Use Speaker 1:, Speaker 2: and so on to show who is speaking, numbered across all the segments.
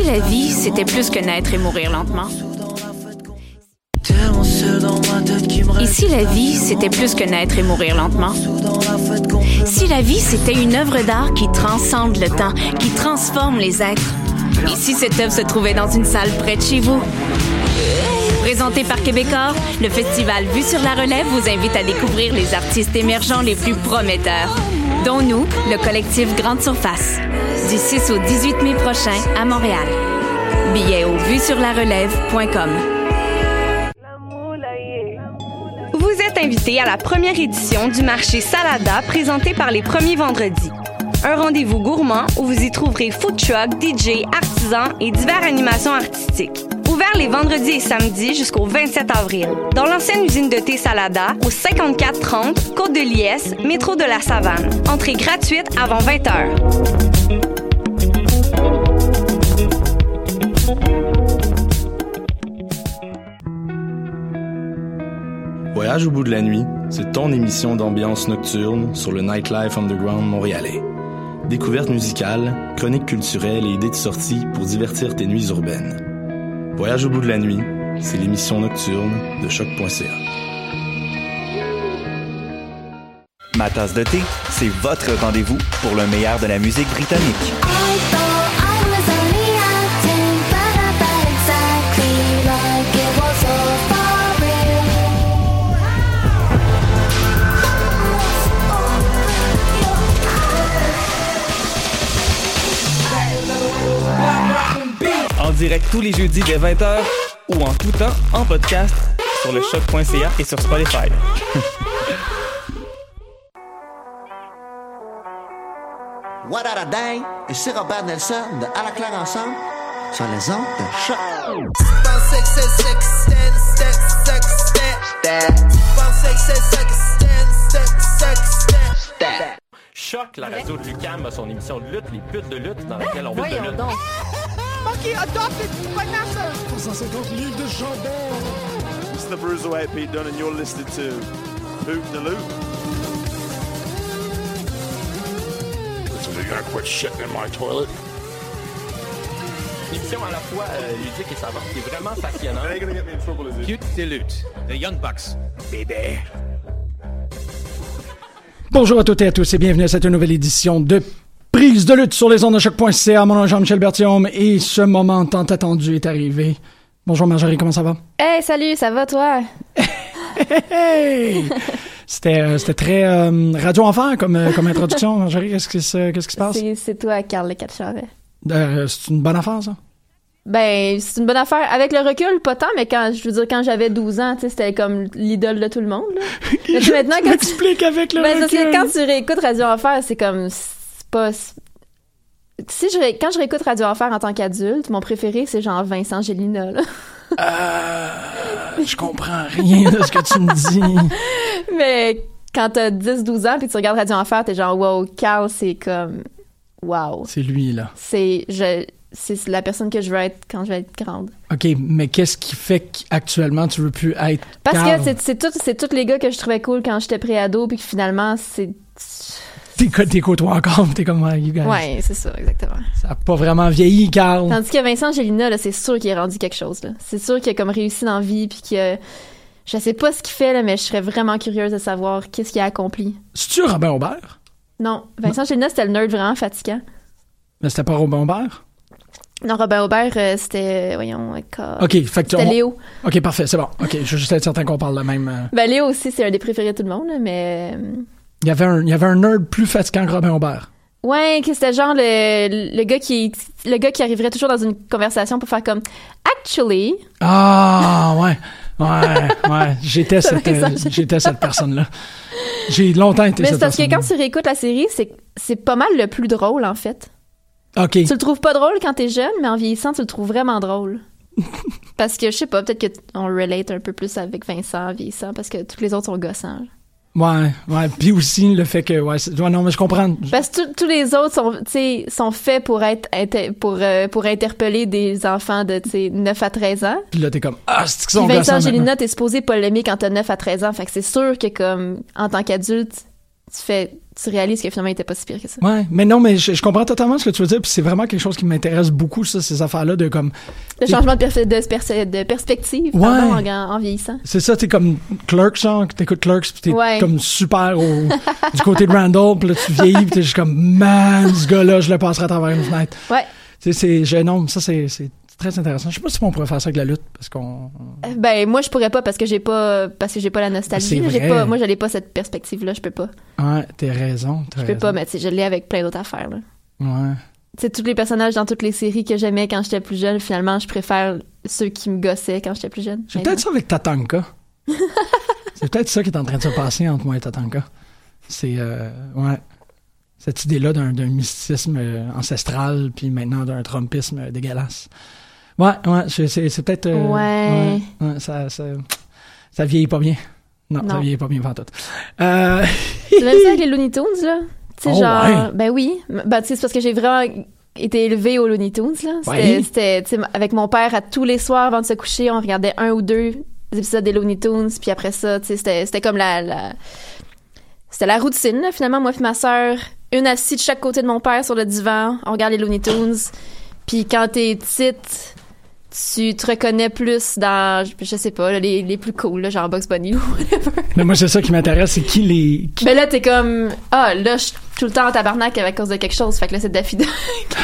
Speaker 1: si la vie, c'était plus que naître et mourir lentement? Et si la vie, c'était plus que naître et mourir lentement? Si la vie, c'était une œuvre d'art qui transcende le temps, qui transforme les êtres? Et si cette œuvre se trouvait dans une salle près de chez vous? Présenté par Québecor, le festival Vue sur la Relève vous invite à découvrir les artistes émergents les plus prometteurs, dont nous, le collectif Grande Surface, du 6 au 18 mai prochain à Montréal. Billets au vuesurlarelève.com.
Speaker 2: Vous êtes invité à la première édition du marché Salada présenté par les premiers vendredis. Un rendez-vous gourmand où vous y trouverez food truck, DJ, artisans et diverses animations artistiques. Ouvert les vendredis et samedis jusqu'au 27 avril. Dans l'ancienne usine de thé Salada, au 5430 Côte de Liesse, métro de la Savane. Entrée gratuite avant 20h.
Speaker 3: Voyage au bout de la nuit, c'est ton émission d'ambiance nocturne sur le Nightlife Underground montréalais. Découvertes musicales, chroniques culturelles et idées de sortie pour divertir tes nuits urbaines. Voyage au bout de la nuit, c'est l'émission nocturne de choc.ca.
Speaker 4: Ma tasse de thé, c'est votre rendez-vous pour le meilleur de la musique britannique.
Speaker 5: En direct tous les jeudis dès 20h ou en tout temps en podcast sur le choc.ca et sur Spotify.
Speaker 6: What a day! Ici Robert Nelson de À la claire ensemble sur les ondes de Choc.
Speaker 7: Choc, la radio de Lucam a son émission de lutte, les putes de lutte, dans laquelle on veut de lutte.
Speaker 8: Monkey, adopted Vanessa!
Speaker 9: 150 livres de jambon!
Speaker 10: It's the Bruiserweight Pete Dunne and you're listening to Hoop the Loop.
Speaker 9: So you're gonna quit shitting in my toilet?
Speaker 7: Une émission à la fois ludique et savante qui est vraiment passionnante.
Speaker 10: They're gonna get me in trouble, is it?
Speaker 5: Cute the Lutte, The Young Bucks, baby.
Speaker 11: Bonjour à toutes et à tous et bienvenue à cette nouvelle édition de Prise de lutte sur les ondes de choc.ca. Mon nom est Jean-Michel Berthiaume et ce moment tant attendu est arrivé. Bonjour Marjorie, comment ça va?
Speaker 12: Hey, salut, ça va toi?
Speaker 11: Hey! C'était très Radio Enfer comme introduction, Marjorie. Qu'est-ce qui se passe?
Speaker 12: C'est toi, Carl Le Catcharet.
Speaker 11: C'est une bonne affaire, ça?
Speaker 12: Ben, c'est une bonne affaire. Avec le recul, pas tant, mais quand j'avais 12 ans, tu sais, c'était comme l'idole de tout le monde, là. Mais maintenant, quand
Speaker 11: t'expliques avec le recul.
Speaker 12: Quand tu réécoutes Radio Enfer, c'est comme, c'est pas... Quand je réécoute Radio Enfer en tant qu'adulte, mon préféré, c'est genre Vincent Gélina, là.
Speaker 11: Je comprends rien de ce que tu me dis.
Speaker 12: Mais quand t'as 10-12 ans puis tu regardes Radio Enfer, t'es genre, wow, Carl, c'est comme... Wow.
Speaker 11: C'est lui, là.
Speaker 12: C'est la personne que je veux être quand je vais être grande.
Speaker 11: OK, mais qu'est-ce qui fait qu'actuellement tu veux plus être
Speaker 12: Parce
Speaker 11: Carl?
Speaker 12: que c'est tous les gars que je trouvais cool quand j'étais préado puis que finalement, c'est...
Speaker 11: T'es côtoies encore, t'es comme you guys.
Speaker 12: Ouais, c'est ça, exactement.
Speaker 11: Ça a pas vraiment vieilli, Carl.
Speaker 12: Tandis que Vincent Gélina, là, c'est sûr qu'il a rendu quelque chose, là. C'est sûr qu'il a comme réussi dans la vie puis que... Je sais pas ce qu'il fait, là, mais je serais vraiment curieuse de savoir qu'est-ce qu'il a accompli.
Speaker 11: C'est-tu Robin Aubert?
Speaker 12: Non. Vincent Gélina, c'était le nerd vraiment fatigant.
Speaker 11: Mais c'était pas Robin Aubert?
Speaker 12: Non, Robin Aubert, c'était... Voyons...
Speaker 11: OK, fait que
Speaker 12: c'était Léo.
Speaker 11: OK, parfait, c'est bon. OK, je veux juste être certain qu'on parle le même...
Speaker 12: Ben, Léo aussi, c'est un des préférés de tout le monde, là, mais...
Speaker 11: Il y avait un nerd plus fatigant que Robin Aubert.
Speaker 12: Ouais, que c'était genre le gars qui arriverait toujours dans une conversation pour faire comme actually.
Speaker 11: Ah ouais. J'étais cette personne-là. J'ai longtemps été cette personne.
Speaker 12: Mais c'est parce que quand tu réécoutes la série, c'est pas mal le plus drôle en fait.
Speaker 11: OK.
Speaker 12: Tu le trouves pas drôle quand t'es jeune, mais en vieillissant, tu le trouves vraiment drôle. Parce que je sais pas, peut-être qu'on relate un peu plus avec Vincent en vieillissant parce que tous les autres sont gossants.
Speaker 11: Ouais. Puis aussi, le fait que, non, mais je comprends.
Speaker 12: Parce que tous les autres sont faits pour pour interpeller des enfants de, 9 à 13 ans.
Speaker 11: Puis là, t'es comme, c'est qu'ils sont
Speaker 12: gossants. Vincent
Speaker 11: Gélina,
Speaker 12: t'es supposé polémique quand t'as 9 à 13 ans. Fait que c'est sûr que, comme, en tant qu'adulte, tu réalises que finalement, il était pas si pire que ça.
Speaker 11: Ouais, mais non, mais je comprends totalement ce que tu veux dire, puis c'est vraiment quelque chose qui m'intéresse beaucoup, ça, ces affaires-là de comme...
Speaker 12: Le changement de perspective, pardon, en vieillissant.
Speaker 11: C'est ça, t'es comme Clerks, genre, t'écoutes Clerks, puis t'es comme super du côté de Randall, puis là, tu vieillis, puis t'es juste comme, man, ce gars-là, je le passerai à travers une fenêtre.
Speaker 12: Ouais.
Speaker 11: Tu sais, non, ça, c'est très intéressant. Je sais pas si on pourrait faire ça avec la lutte, parce qu'on...
Speaker 12: Ben, moi, je pourrais pas, parce que j'ai pas la nostalgie. Moi, j'allais pas cette perspective-là, je peux pas.
Speaker 11: Ouais, t'as raison.
Speaker 12: Je peux pas, mais tu sais, je l'ai avec plein d'autres affaires, là.
Speaker 11: Ouais.
Speaker 12: Tu sais, tous les personnages dans toutes les séries que j'aimais quand j'étais plus jeune, finalement, je préfère ceux qui me gossaient quand j'étais plus jeune.
Speaker 11: J'ai peut-être ça avec Tatanka. C'est peut-être ça qui est en train de se passer entre moi et Tatanka. C'est, ouais. Cette idée-là d'un mysticisme ancestral, puis maintenant d'un trumpisme dégueulasse. Ouais, c'est peut-être...
Speaker 12: ouais,
Speaker 11: ça vieillit pas bien. Non, ça vieillit pas bien pantoute.
Speaker 12: Tu l'as vu avec les Looney Tunes, là? Tu sais, genre... Ouais. Ben oui. Ben, tu sais, c'est parce que j'ai vraiment été élevée aux Looney Tunes, là. C'était, tu sais, avec mon père, à tous les soirs, avant de se coucher, on regardait 1 ou 2 épisodes des Looney Tunes, puis après ça, tu sais, c'était comme c'était la routine, là, finalement, moi et ma sœur, une assise de chaque côté de mon père sur le divan, on regarde les Looney Tunes, puis quand t'es petite... Tu te reconnais plus dans, je sais pas, là, les plus cool, là, genre Bugs Bunny ou whatever. Mais
Speaker 11: moi, c'est ça qui m'intéresse, c'est qui...
Speaker 12: Ben là, t'es comme, là, je suis tout le temps en tabarnak à cause de quelque chose, fait que là, c'est Daffy Duck.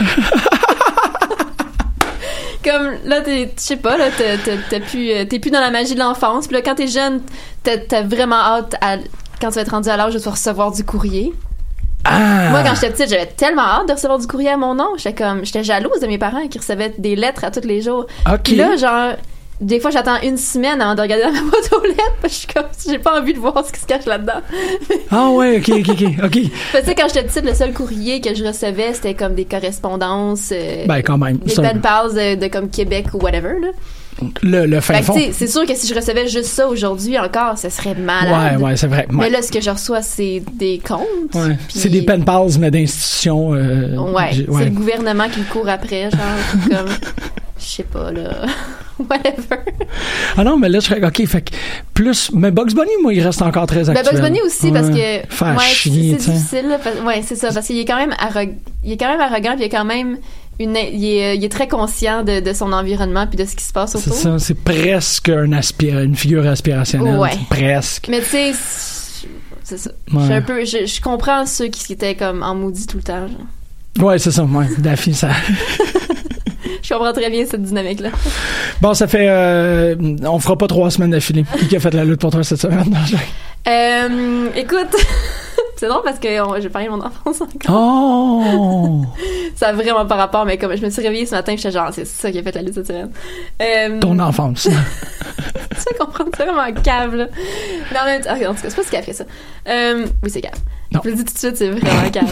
Speaker 12: Comme, là, je sais pas, là, t'es plus dans la magie de l'enfance, puis là, quand t'es jeune, t'as vraiment hâte quand tu vas être rendu à l'âge de recevoir du courrier.
Speaker 11: Ah!
Speaker 12: Moi, quand j'étais petite, j'avais tellement hâte de recevoir du courrier à mon nom. J'étais jalouse de mes parents qui recevaient des lettres à tous les jours.
Speaker 11: Okay.
Speaker 12: Puis là, genre, des fois, j'attends une semaine avant de regarder dans ma boîte aux lettres parce que je suis comme, j'ai pas envie de voir ce qui se cache là-dedans.
Speaker 11: Ah ouais, ok.
Speaker 12: Tu sais, quand j'étais petite, le seul courrier que je recevais, c'était comme des correspondances.
Speaker 11: Ben, quand même.
Speaker 12: Des pen pals de comme Québec ou whatever, là.
Speaker 11: Le fin fond.
Speaker 12: C'est sûr que si je recevais juste ça aujourd'hui encore, ça serait malade.
Speaker 11: Ouais, c'est vrai. Ouais.
Speaker 12: Mais là, ce que je reçois, c'est des comptes.
Speaker 11: Ouais. C'est des pen pals, mais d'institutions.
Speaker 12: C'est le gouvernement qui me court après, genre, comme, je sais pas, là, whatever.
Speaker 11: Ah non, mais là, je serais, ok, fait que plus, mais Bugs Bunny, moi, il reste encore très actuel.
Speaker 12: Bugs Bunny aussi, parce que,
Speaker 11: c'est
Speaker 12: difficile, là, c'est ça, parce qu'il est quand même arrogant, puis il est quand même il est très conscient de son environnement puis de ce qui se passe autour.
Speaker 11: C'est ça, c'est presque une figure aspirationnelle.
Speaker 12: Ouais.
Speaker 11: Presque.
Speaker 12: Mais tu sais, c'est ça. Ouais. Je comprends ceux qui étaient comme en maudit tout le temps. Genre.
Speaker 11: Ouais, c'est ça. Ouais, Daffy, ça...
Speaker 12: Je comprends très bien cette dynamique-là.
Speaker 11: Bon, ça fait... on fera pas 3 semaines d'affilée. Qui a fait la lutte pour toi cette semaine?
Speaker 12: Écoute... C'est drôle parce que j'ai parlé de mon enfance encore.
Speaker 11: Oh!
Speaker 12: Ça a vraiment pas rapport, mais comme je me suis réveillée ce matin, j'étais genre, c'est ça qui a fait la lutte cette semaine.
Speaker 11: Ton enfance.
Speaker 12: Tu vas comprendre, c'est vraiment cave, là. Mais en même temps, en tout cas, c'est pas si cave que ça. Oui, c'est cave. Je le dis tout de suite, c'est vraiment cave.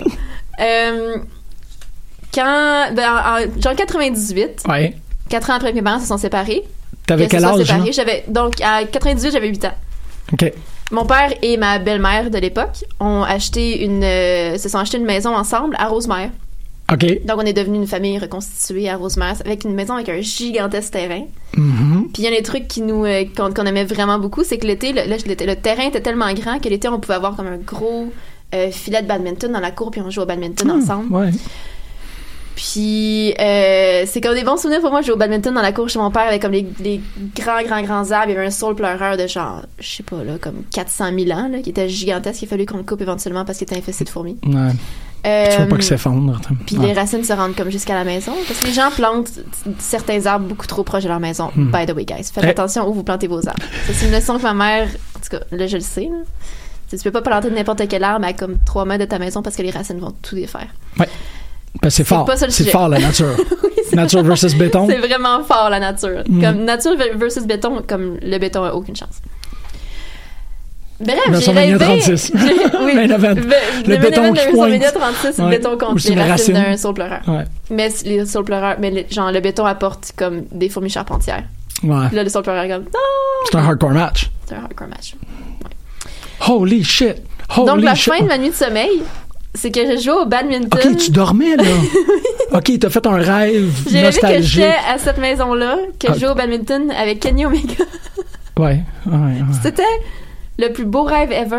Speaker 12: Genre 98.
Speaker 11: Ouais.
Speaker 12: 4 ans après mes parents se sont séparés.
Speaker 11: T'avais quel âge?
Speaker 12: Donc, à 98, j'avais 8 ans.
Speaker 11: OK.
Speaker 12: Mon père et ma belle-mère de l'époque se sont achetés une maison ensemble à Rosemère.
Speaker 11: OK.
Speaker 12: Donc, on est devenu une famille reconstituée à Rosemère avec une maison avec un gigantesque terrain.
Speaker 11: Mm-hmm.
Speaker 12: Puis, il y a des trucs qu'on aimait vraiment beaucoup, c'est que l'été, le terrain était tellement grand que l'été, on pouvait avoir comme un gros filet de badminton dans la cour, puis on jouait au badminton ensemble.
Speaker 11: Ouais.
Speaker 12: Puis, c'est comme des bons souvenirs pour moi. Je jouais au badminton dans la cour chez mon père avec comme les grands arbres. Il y avait un saule pleureur de genre, je sais pas, là, comme 400 000 ans, là, qui était gigantesque. Il a fallu qu'on le coupe éventuellement parce qu'il était infesté de fourmis.
Speaker 11: Ouais. Tu veux pas qu'il s'effondre.
Speaker 12: Puis les racines se rendent comme jusqu'à la maison. Parce que les gens plantent certains arbres beaucoup trop proches de leur maison. By the way, guys. Faites attention où vous plantez vos arbres. Ça, c'est une leçon que ma mère, en tout cas, là, je le sais, là. Tu peux pas planter n'importe quel arbre à comme 3 mètres de ta maison parce que les racines vont tout défaire.
Speaker 11: Ouais. Ben, c'est fort. C'est fort, la nature.
Speaker 12: Oui, nature versus béton. C'est vraiment fort, la nature. Comme nature versus béton, comme le béton a aucune chance. Bref, j'ai rêvé... 36. Oui,
Speaker 11: le béton qui pointe.
Speaker 12: 36, c'est le béton contre les racines d'un saule pleureur. Ouais. Mais les saules pleureurs, genre le béton apporte comme des fourmis charpentières.
Speaker 11: Ouais.
Speaker 12: Puis là, le saule pleureur est comme... Non!
Speaker 11: C'est un hardcore match.
Speaker 12: C'est un hardcore match. Ouais.
Speaker 11: Holy shit!
Speaker 12: Donc, la fin de ma nuit de sommeil... C'est que je jouais au badminton.
Speaker 11: OK, tu dormais, là. OK, t'as fait un rêve nostalgique.
Speaker 12: J'ai rêvé que j'étais à cette maison-là, que je jouais au badminton avec Kenny Omega.
Speaker 11: Ouais.
Speaker 12: C'était le plus beau rêve ever.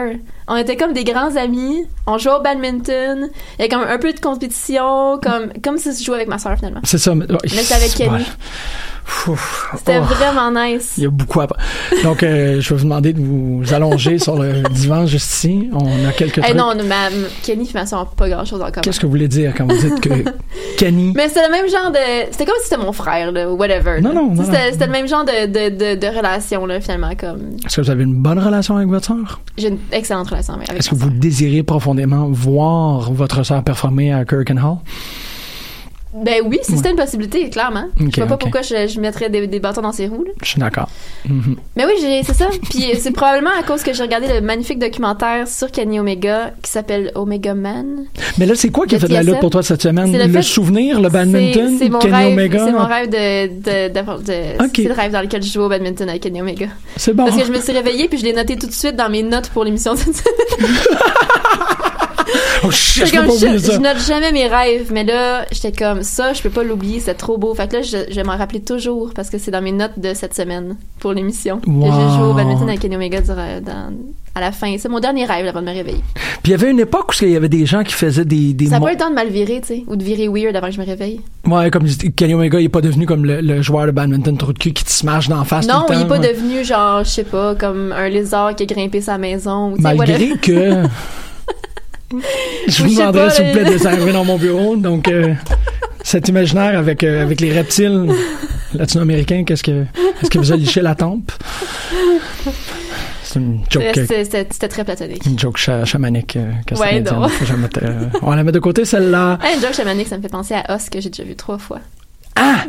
Speaker 12: On était comme des grands amis. On jouait au badminton. Il y a comme un peu de compétition, comme si je jouais avec ma soeur, finalement.
Speaker 11: C'est ça.
Speaker 12: Mais c'était avec Kenny. C'était vraiment nice.
Speaker 11: Il y a beaucoup à... Donc, je vais vous demander de vous allonger sur le divan juste ici. On a quelques trucs.
Speaker 12: Non, Kenny et ma soeur n'ont pas grand-chose en commun.
Speaker 11: Qu'est-ce que vous voulez dire quand vous dites que Kenny...
Speaker 12: Mais c'était le même genre de... C'était comme si c'était mon frère, là, ou whatever.
Speaker 11: Non.
Speaker 12: C'était le même genre de relation, là, finalement. Comme...
Speaker 11: Est-ce que vous avez une bonne relation avec votre sœur?
Speaker 12: J'ai une excellente relation avec
Speaker 11: Est-ce que vous désirez profondément voir votre sœur performer à Kirk and Hall?
Speaker 12: Ben oui, si c'était une possibilité, clairement. Je vois pas pourquoi je mettrais des bâtons dans ses roues. Là.
Speaker 11: Je suis d'accord.
Speaker 12: Mais oui, c'est ça. Puis c'est probablement à cause que j'ai regardé le magnifique documentaire sur Kenny Omega qui s'appelle Omega Man.
Speaker 11: Mais là, c'est quoi qui a fait de la lutte pour toi cette semaine? Le souvenir, le badminton, Kenny Omega?
Speaker 12: C'est mon rêve c'est le rêve dans lequel je joue au badminton avec Kenny Omega.
Speaker 11: C'est bon.
Speaker 12: Parce que je me suis réveillée puis je l'ai noté tout de suite dans mes notes pour l'émission de cette semaine.
Speaker 11: Oh shit, je
Speaker 12: note jamais mes rêves, mais là, j'étais comme ça, je peux pas l'oublier, c'est trop beau. Fait que là, je vais m'en rappeler toujours parce que c'est dans mes notes de cette semaine pour l'émission.
Speaker 11: Wow.
Speaker 12: Que j'ai joué au badminton avec Kenny Omega à la fin. C'est mon dernier rêve avant de me réveiller.
Speaker 11: Puis il y avait une époque où il y avait des gens qui faisaient des
Speaker 12: ça n'a pas eu le temps de mal virer, tu sais, ou de virer weird avant que je me réveille.
Speaker 11: Ouais, comme Kenny Omega, il est pas devenu comme le joueur de badminton trou de cul qui te smash d'en face
Speaker 12: non,
Speaker 11: tout le temps.
Speaker 12: Non, il est pas devenu genre, je sais pas, comme un lézard qui a grimpé sa maison. Ou,
Speaker 11: malgré que... Je vous demanderais, s'il vous plaît, de s'arriver dans mon bureau. Donc, cet imaginaire avec les reptiles latino-américains, est-ce que vous a liché la tempe? C'est une joke.
Speaker 12: C'était très platonique.
Speaker 11: Une joke chamanique.
Speaker 12: Ouais, non.
Speaker 11: On la met de côté, celle-là.
Speaker 12: Une joke chamanique, ça me fait penser à Os, que j'ai déjà vu 3 fois.
Speaker 11: Ah!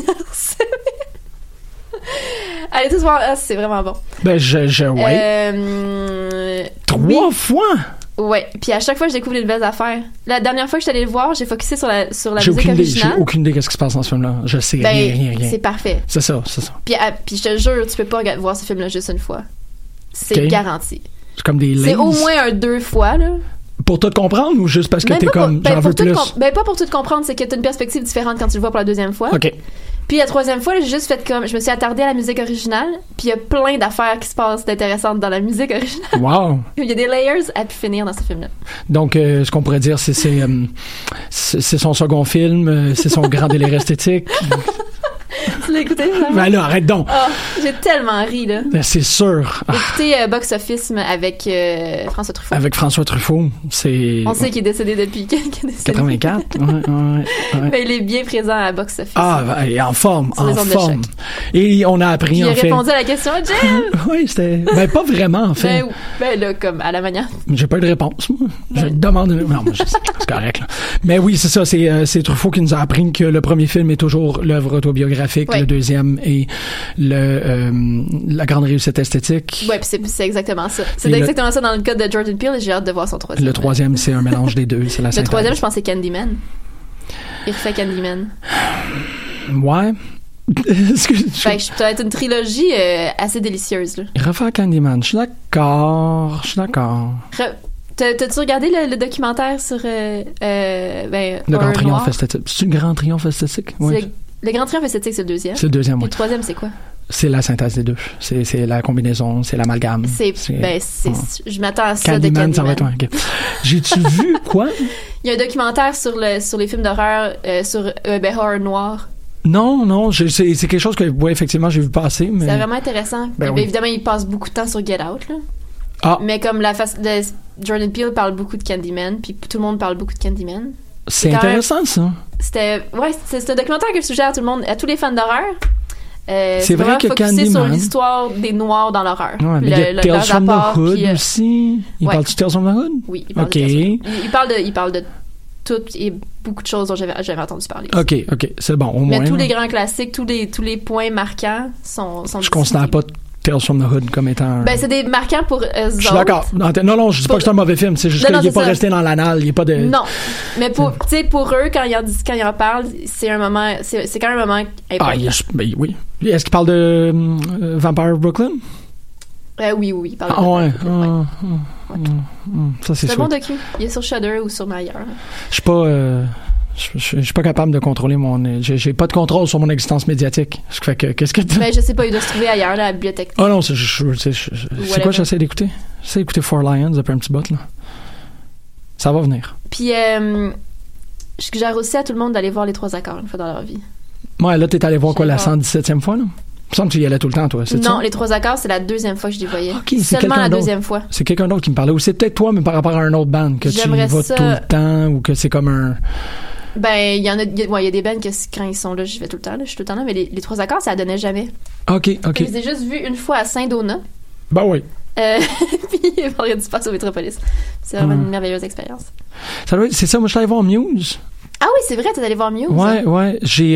Speaker 12: Allez tous voir Os, c'est vraiment bon.
Speaker 11: Ben, ouais. 3 fois?
Speaker 12: Ouais, puis à chaque fois je découvre des nouvelles affaires. La dernière fois que je suis allée le voir, j'ai focusé sur la musique originale.
Speaker 11: J'ai aucune idée de ce qui se passe dans ce film-là. Je sais rien.
Speaker 12: C'est parfait.
Speaker 11: C'est ça.
Speaker 12: Puis je te jure, tu peux pas voir ce film-là juste une fois. C'est garanti.
Speaker 11: C'est comme des
Speaker 12: C'est au moins 2 fois, là.
Speaker 11: Pour tout comprendre ou juste parce que t'es comme j'en veux plus?
Speaker 12: Pas pour tout comprendre, c'est que t'as une perspective différente quand tu le vois pour la 2e fois.
Speaker 11: OK.
Speaker 12: Puis la 3e fois, j'ai juste fait comme... Je me suis attardée à la musique originale, puis il y a plein d'affaires qui se passent d'intéressantes dans la musique originale.
Speaker 11: Wow!
Speaker 12: Il y a des layers à pu finir dans ce film-là.
Speaker 11: Donc, ce qu'on pourrait dire, c'est son second film, c'est son grand délire esthétique.
Speaker 12: Tu l'as écouté, vraiment?
Speaker 11: Ben là, arrête donc!
Speaker 12: Oh, j'ai tellement ri, là.
Speaker 11: Ben, c'est sûr.
Speaker 12: Écoutez Box Office avec François Truffaut.
Speaker 11: Avec François Truffaut, c'est...
Speaker 12: On sait qu'il est décédé depuis...
Speaker 11: 84? Ouais.
Speaker 12: Ben, il est bien présent à Box Office.
Speaker 11: Ah, ben, en forme. Et on a appris,
Speaker 12: en fait... Il a répondu à la question, Jim!
Speaker 11: Oui, c'était... Ben, pas vraiment, en fait.
Speaker 12: Ben là, comme à la manière...
Speaker 11: J'ai pas eu de réponse, moi. Je demande... Non, c'est correct, là. Mais oui, c'est ça, c'est Truffaut qui nous a appris que le premier film est toujours l'œuvre autobiographique. Le deuxième est la grande réussite esthétique.
Speaker 12: Oui, puis c'est exactement ça. C'est exactement ça dans le cas de Jordan Peele et j'ai hâte de voir son 3e.
Speaker 11: Le 3e, c'est un mélange des deux. C'est la
Speaker 12: le 3e, je pense, c'est Candyman. Il refait Candyman.
Speaker 11: Ouais.
Speaker 12: Ça va être une trilogie assez délicieuse. Là.
Speaker 11: Il refait Candyman. Je suis d'accord.
Speaker 12: T'as-tu regardé le documentaire sur
Speaker 11: le Grand Triomphe esthétique? C'est le Grand Triomphe esthétique? Oui.
Speaker 12: Le Grand Triomphe esthétique, c'est le 2e.
Speaker 11: C'est le 2e, oui.
Speaker 12: Le 3e, c'est quoi?
Speaker 11: C'est la synthèse des deux. C'est la combinaison, c'est l'amalgame.
Speaker 12: Je m'attends à ça
Speaker 11: Candyman,
Speaker 12: de Candyman.
Speaker 11: Ça va être okay. J'ai-tu vu quoi?
Speaker 12: Il y a un documentaire sur les films d'horreur, sur horror noir.
Speaker 11: Non, c'est quelque chose que, ouais, effectivement, j'ai vu passer. Mais...
Speaker 12: C'est vraiment intéressant.
Speaker 11: Oui.
Speaker 12: Évidemment, il passe beaucoup de temps sur Get Out, là.
Speaker 11: Ah.
Speaker 12: Mais comme Jordan Peele parle beaucoup de Candyman, puis tout le monde parle beaucoup de Candyman.
Speaker 11: C'est intéressant, ça.
Speaker 12: C'est un documentaire que je suggère à tout le monde, à tous les fans d'horreur.
Speaker 11: C'est vrai que Candyman...
Speaker 12: sur l'histoire des Noirs dans l'horreur.
Speaker 11: Ouais, mais il y a Tales from the Hood aussi. Il parle du Tales from the Hood?
Speaker 12: Oui, il parle de Tales. Il parle de tout et beaucoup de choses dont j'avais entendu parler.
Speaker 11: OK, c'est bon, au moins.
Speaker 12: Mais tous les grands classiques, tous les points marquants sont
Speaker 11: je considère pas Tales from the Hood comme étant...
Speaker 12: Ben, c'est des marquants pour eux autres. Je
Speaker 11: suis d'accord. Non, je dis pas que c'est un mauvais film. C'est juste qu'il n'est pas resté dans l'anal. Il est pas de...
Speaker 12: Non. Mais pour eux, quand ils en parlent, c'est un moment... C'est quand même un moment important.
Speaker 11: Ben, oui. Est-ce qu'il parle de Vampire of Brooklyn?
Speaker 12: Oui, il parle
Speaker 11: de... Ça, c'est
Speaker 12: un bon docu. Il est sur Shudder ou sur ailleurs.
Speaker 11: Je suis pas... Je suis pas capable de contrôler j'ai pas de contrôle sur mon existence médiatique. Fait que, qu'est-ce que
Speaker 12: ben, je sais pas, il doit se trouver ailleurs, là, à la bibliothèque.
Speaker 11: Oh non, c'est quoi j'essaie d'écouter? J'essaie d'écouter Four Lions depuis un petit bout, là. Ça va venir.
Speaker 12: Puis, je suggère aussi à tout le monde d'aller voir Les Trois Accords une fois dans leur vie.
Speaker 11: Ouais, là, t'es allé voir quoi, la 117e fois, là? Il me semble que tu y allais tout le temps, toi.
Speaker 12: Non, ça? Les Trois Accords, c'est la deuxième fois que je les voyais.
Speaker 11: OK, c'est
Speaker 12: seulement la deuxième fois.
Speaker 11: C'est quelqu'un d'autre qui me parlait. Ou c'est peut-être toi, mais par rapport à un autre band, que
Speaker 12: J'aimerais
Speaker 11: tu y vas tout le temps, ou que c'est comme un...
Speaker 12: Ben, il y a des bands que quand ils sont là, j'y vais tout le temps, là, je suis tout le temps là, mais les Trois Accords, ça donnait jamais.
Speaker 11: OK.
Speaker 12: Je les ai juste vus une fois à Saint-Donat.
Speaker 11: Ben oui.
Speaker 12: Puis, il aurait dû se passer au Métropolis. C'est vraiment une merveilleuse expérience.
Speaker 11: C'est ça, moi, je suis allé voir Muse.
Speaker 12: Ah oui, c'est vrai, t'es allé voir Muse.
Speaker 11: Ouais. J'ai...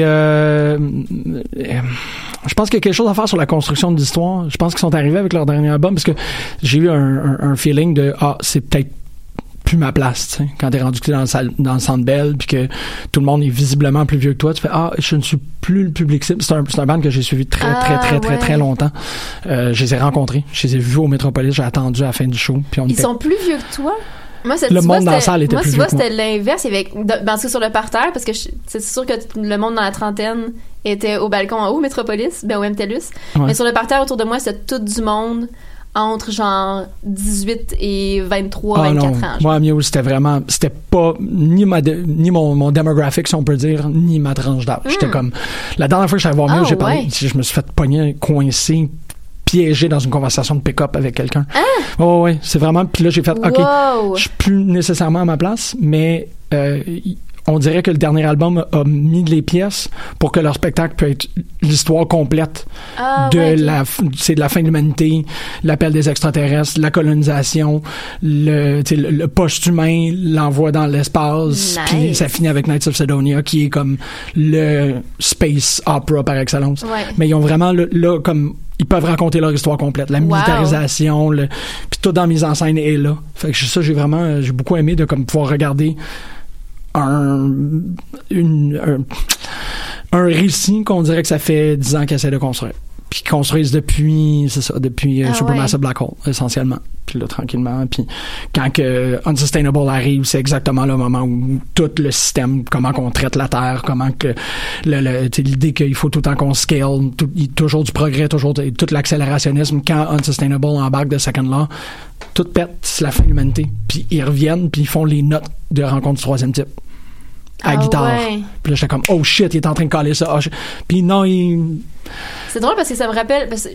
Speaker 11: je pense qu'il y a quelque chose à faire sur la construction de l'histoire. Je pense qu'ils sont arrivés avec leur dernier album parce que j'ai eu un feeling de c'est peut-être plus ma place, tu sais. Quand t'es rendu dans le Centre Bell puis que tout le monde est visiblement plus vieux que toi, tu fais je ne suis plus le public cible. C'est un band que j'ai suivi très longtemps. Je les ai rencontrés, je les ai vus au Métropolis, j'ai attendu à la fin du show. Puis ils
Speaker 12: sont plus vieux que toi? Moi,
Speaker 11: le monde dans la salle était plus vieux que moi.
Speaker 12: Moi, c'était l'inverse. Parce que sur le parterre, parce que c'est sûr que le monde dans la trentaine était au balcon en haut, Métropolis, au MTLUS. Ouais. Mais sur le parterre autour de moi, c'était tout du monde entre genre 18 et 23, 24 ans.
Speaker 11: Moi, Muse, c'était pas ni mon demographic, si on peut dire, ni ma tranche d'âge. J'étais comme, la dernière fois que je suis allé voir Muse, je me suis fait pogner, coincé, piégé dans une conversation de pick-up avec quelqu'un. Ouais, c'est vraiment... Puis là, j'ai fait, OK, je suis plus nécessairement à ma place, mais on dirait que le dernier album a mis les pièces pour que leur spectacle peut être l'histoire complète de la fin de l'humanité, l'appel des extraterrestres, la colonisation, le post-humain, l'envoi dans l'espace, puis ça finit avec Knights of Sidonia, qui est comme le space opera par excellence. Ouais. Mais ils ont vraiment, là, comme... Ils peuvent raconter leur histoire complète, la militarisation, puis tout dans la mise en scène est là. Fait que ça, j'ai beaucoup aimé de comme pouvoir regarder un récit qu'on dirait que ça fait 10 ans qu'ils essaient de construire. Puis qu'ils construisent depuis Supermassive Black Hole, essentiellement. Puis là, tranquillement. Puis quand que Unsustainable arrive, c'est exactement le moment où tout le système, comment qu'on traite la Terre, comment que l'idée qu'il faut tout le temps qu'on scale, toujours du progrès, toujours tout l'accélérationnisme. Quand Unsustainable embarque de Second Law, tout pète, c'est la fin de l'humanité. Puis ils reviennent, puis ils font les notes de rencontre du troisième type. À guitare. Ouais. Puis là, j'étais comme, oh shit, il est en train de caler ça. Puis non,
Speaker 12: C'est drôle parce que ça me rappelle. Parce que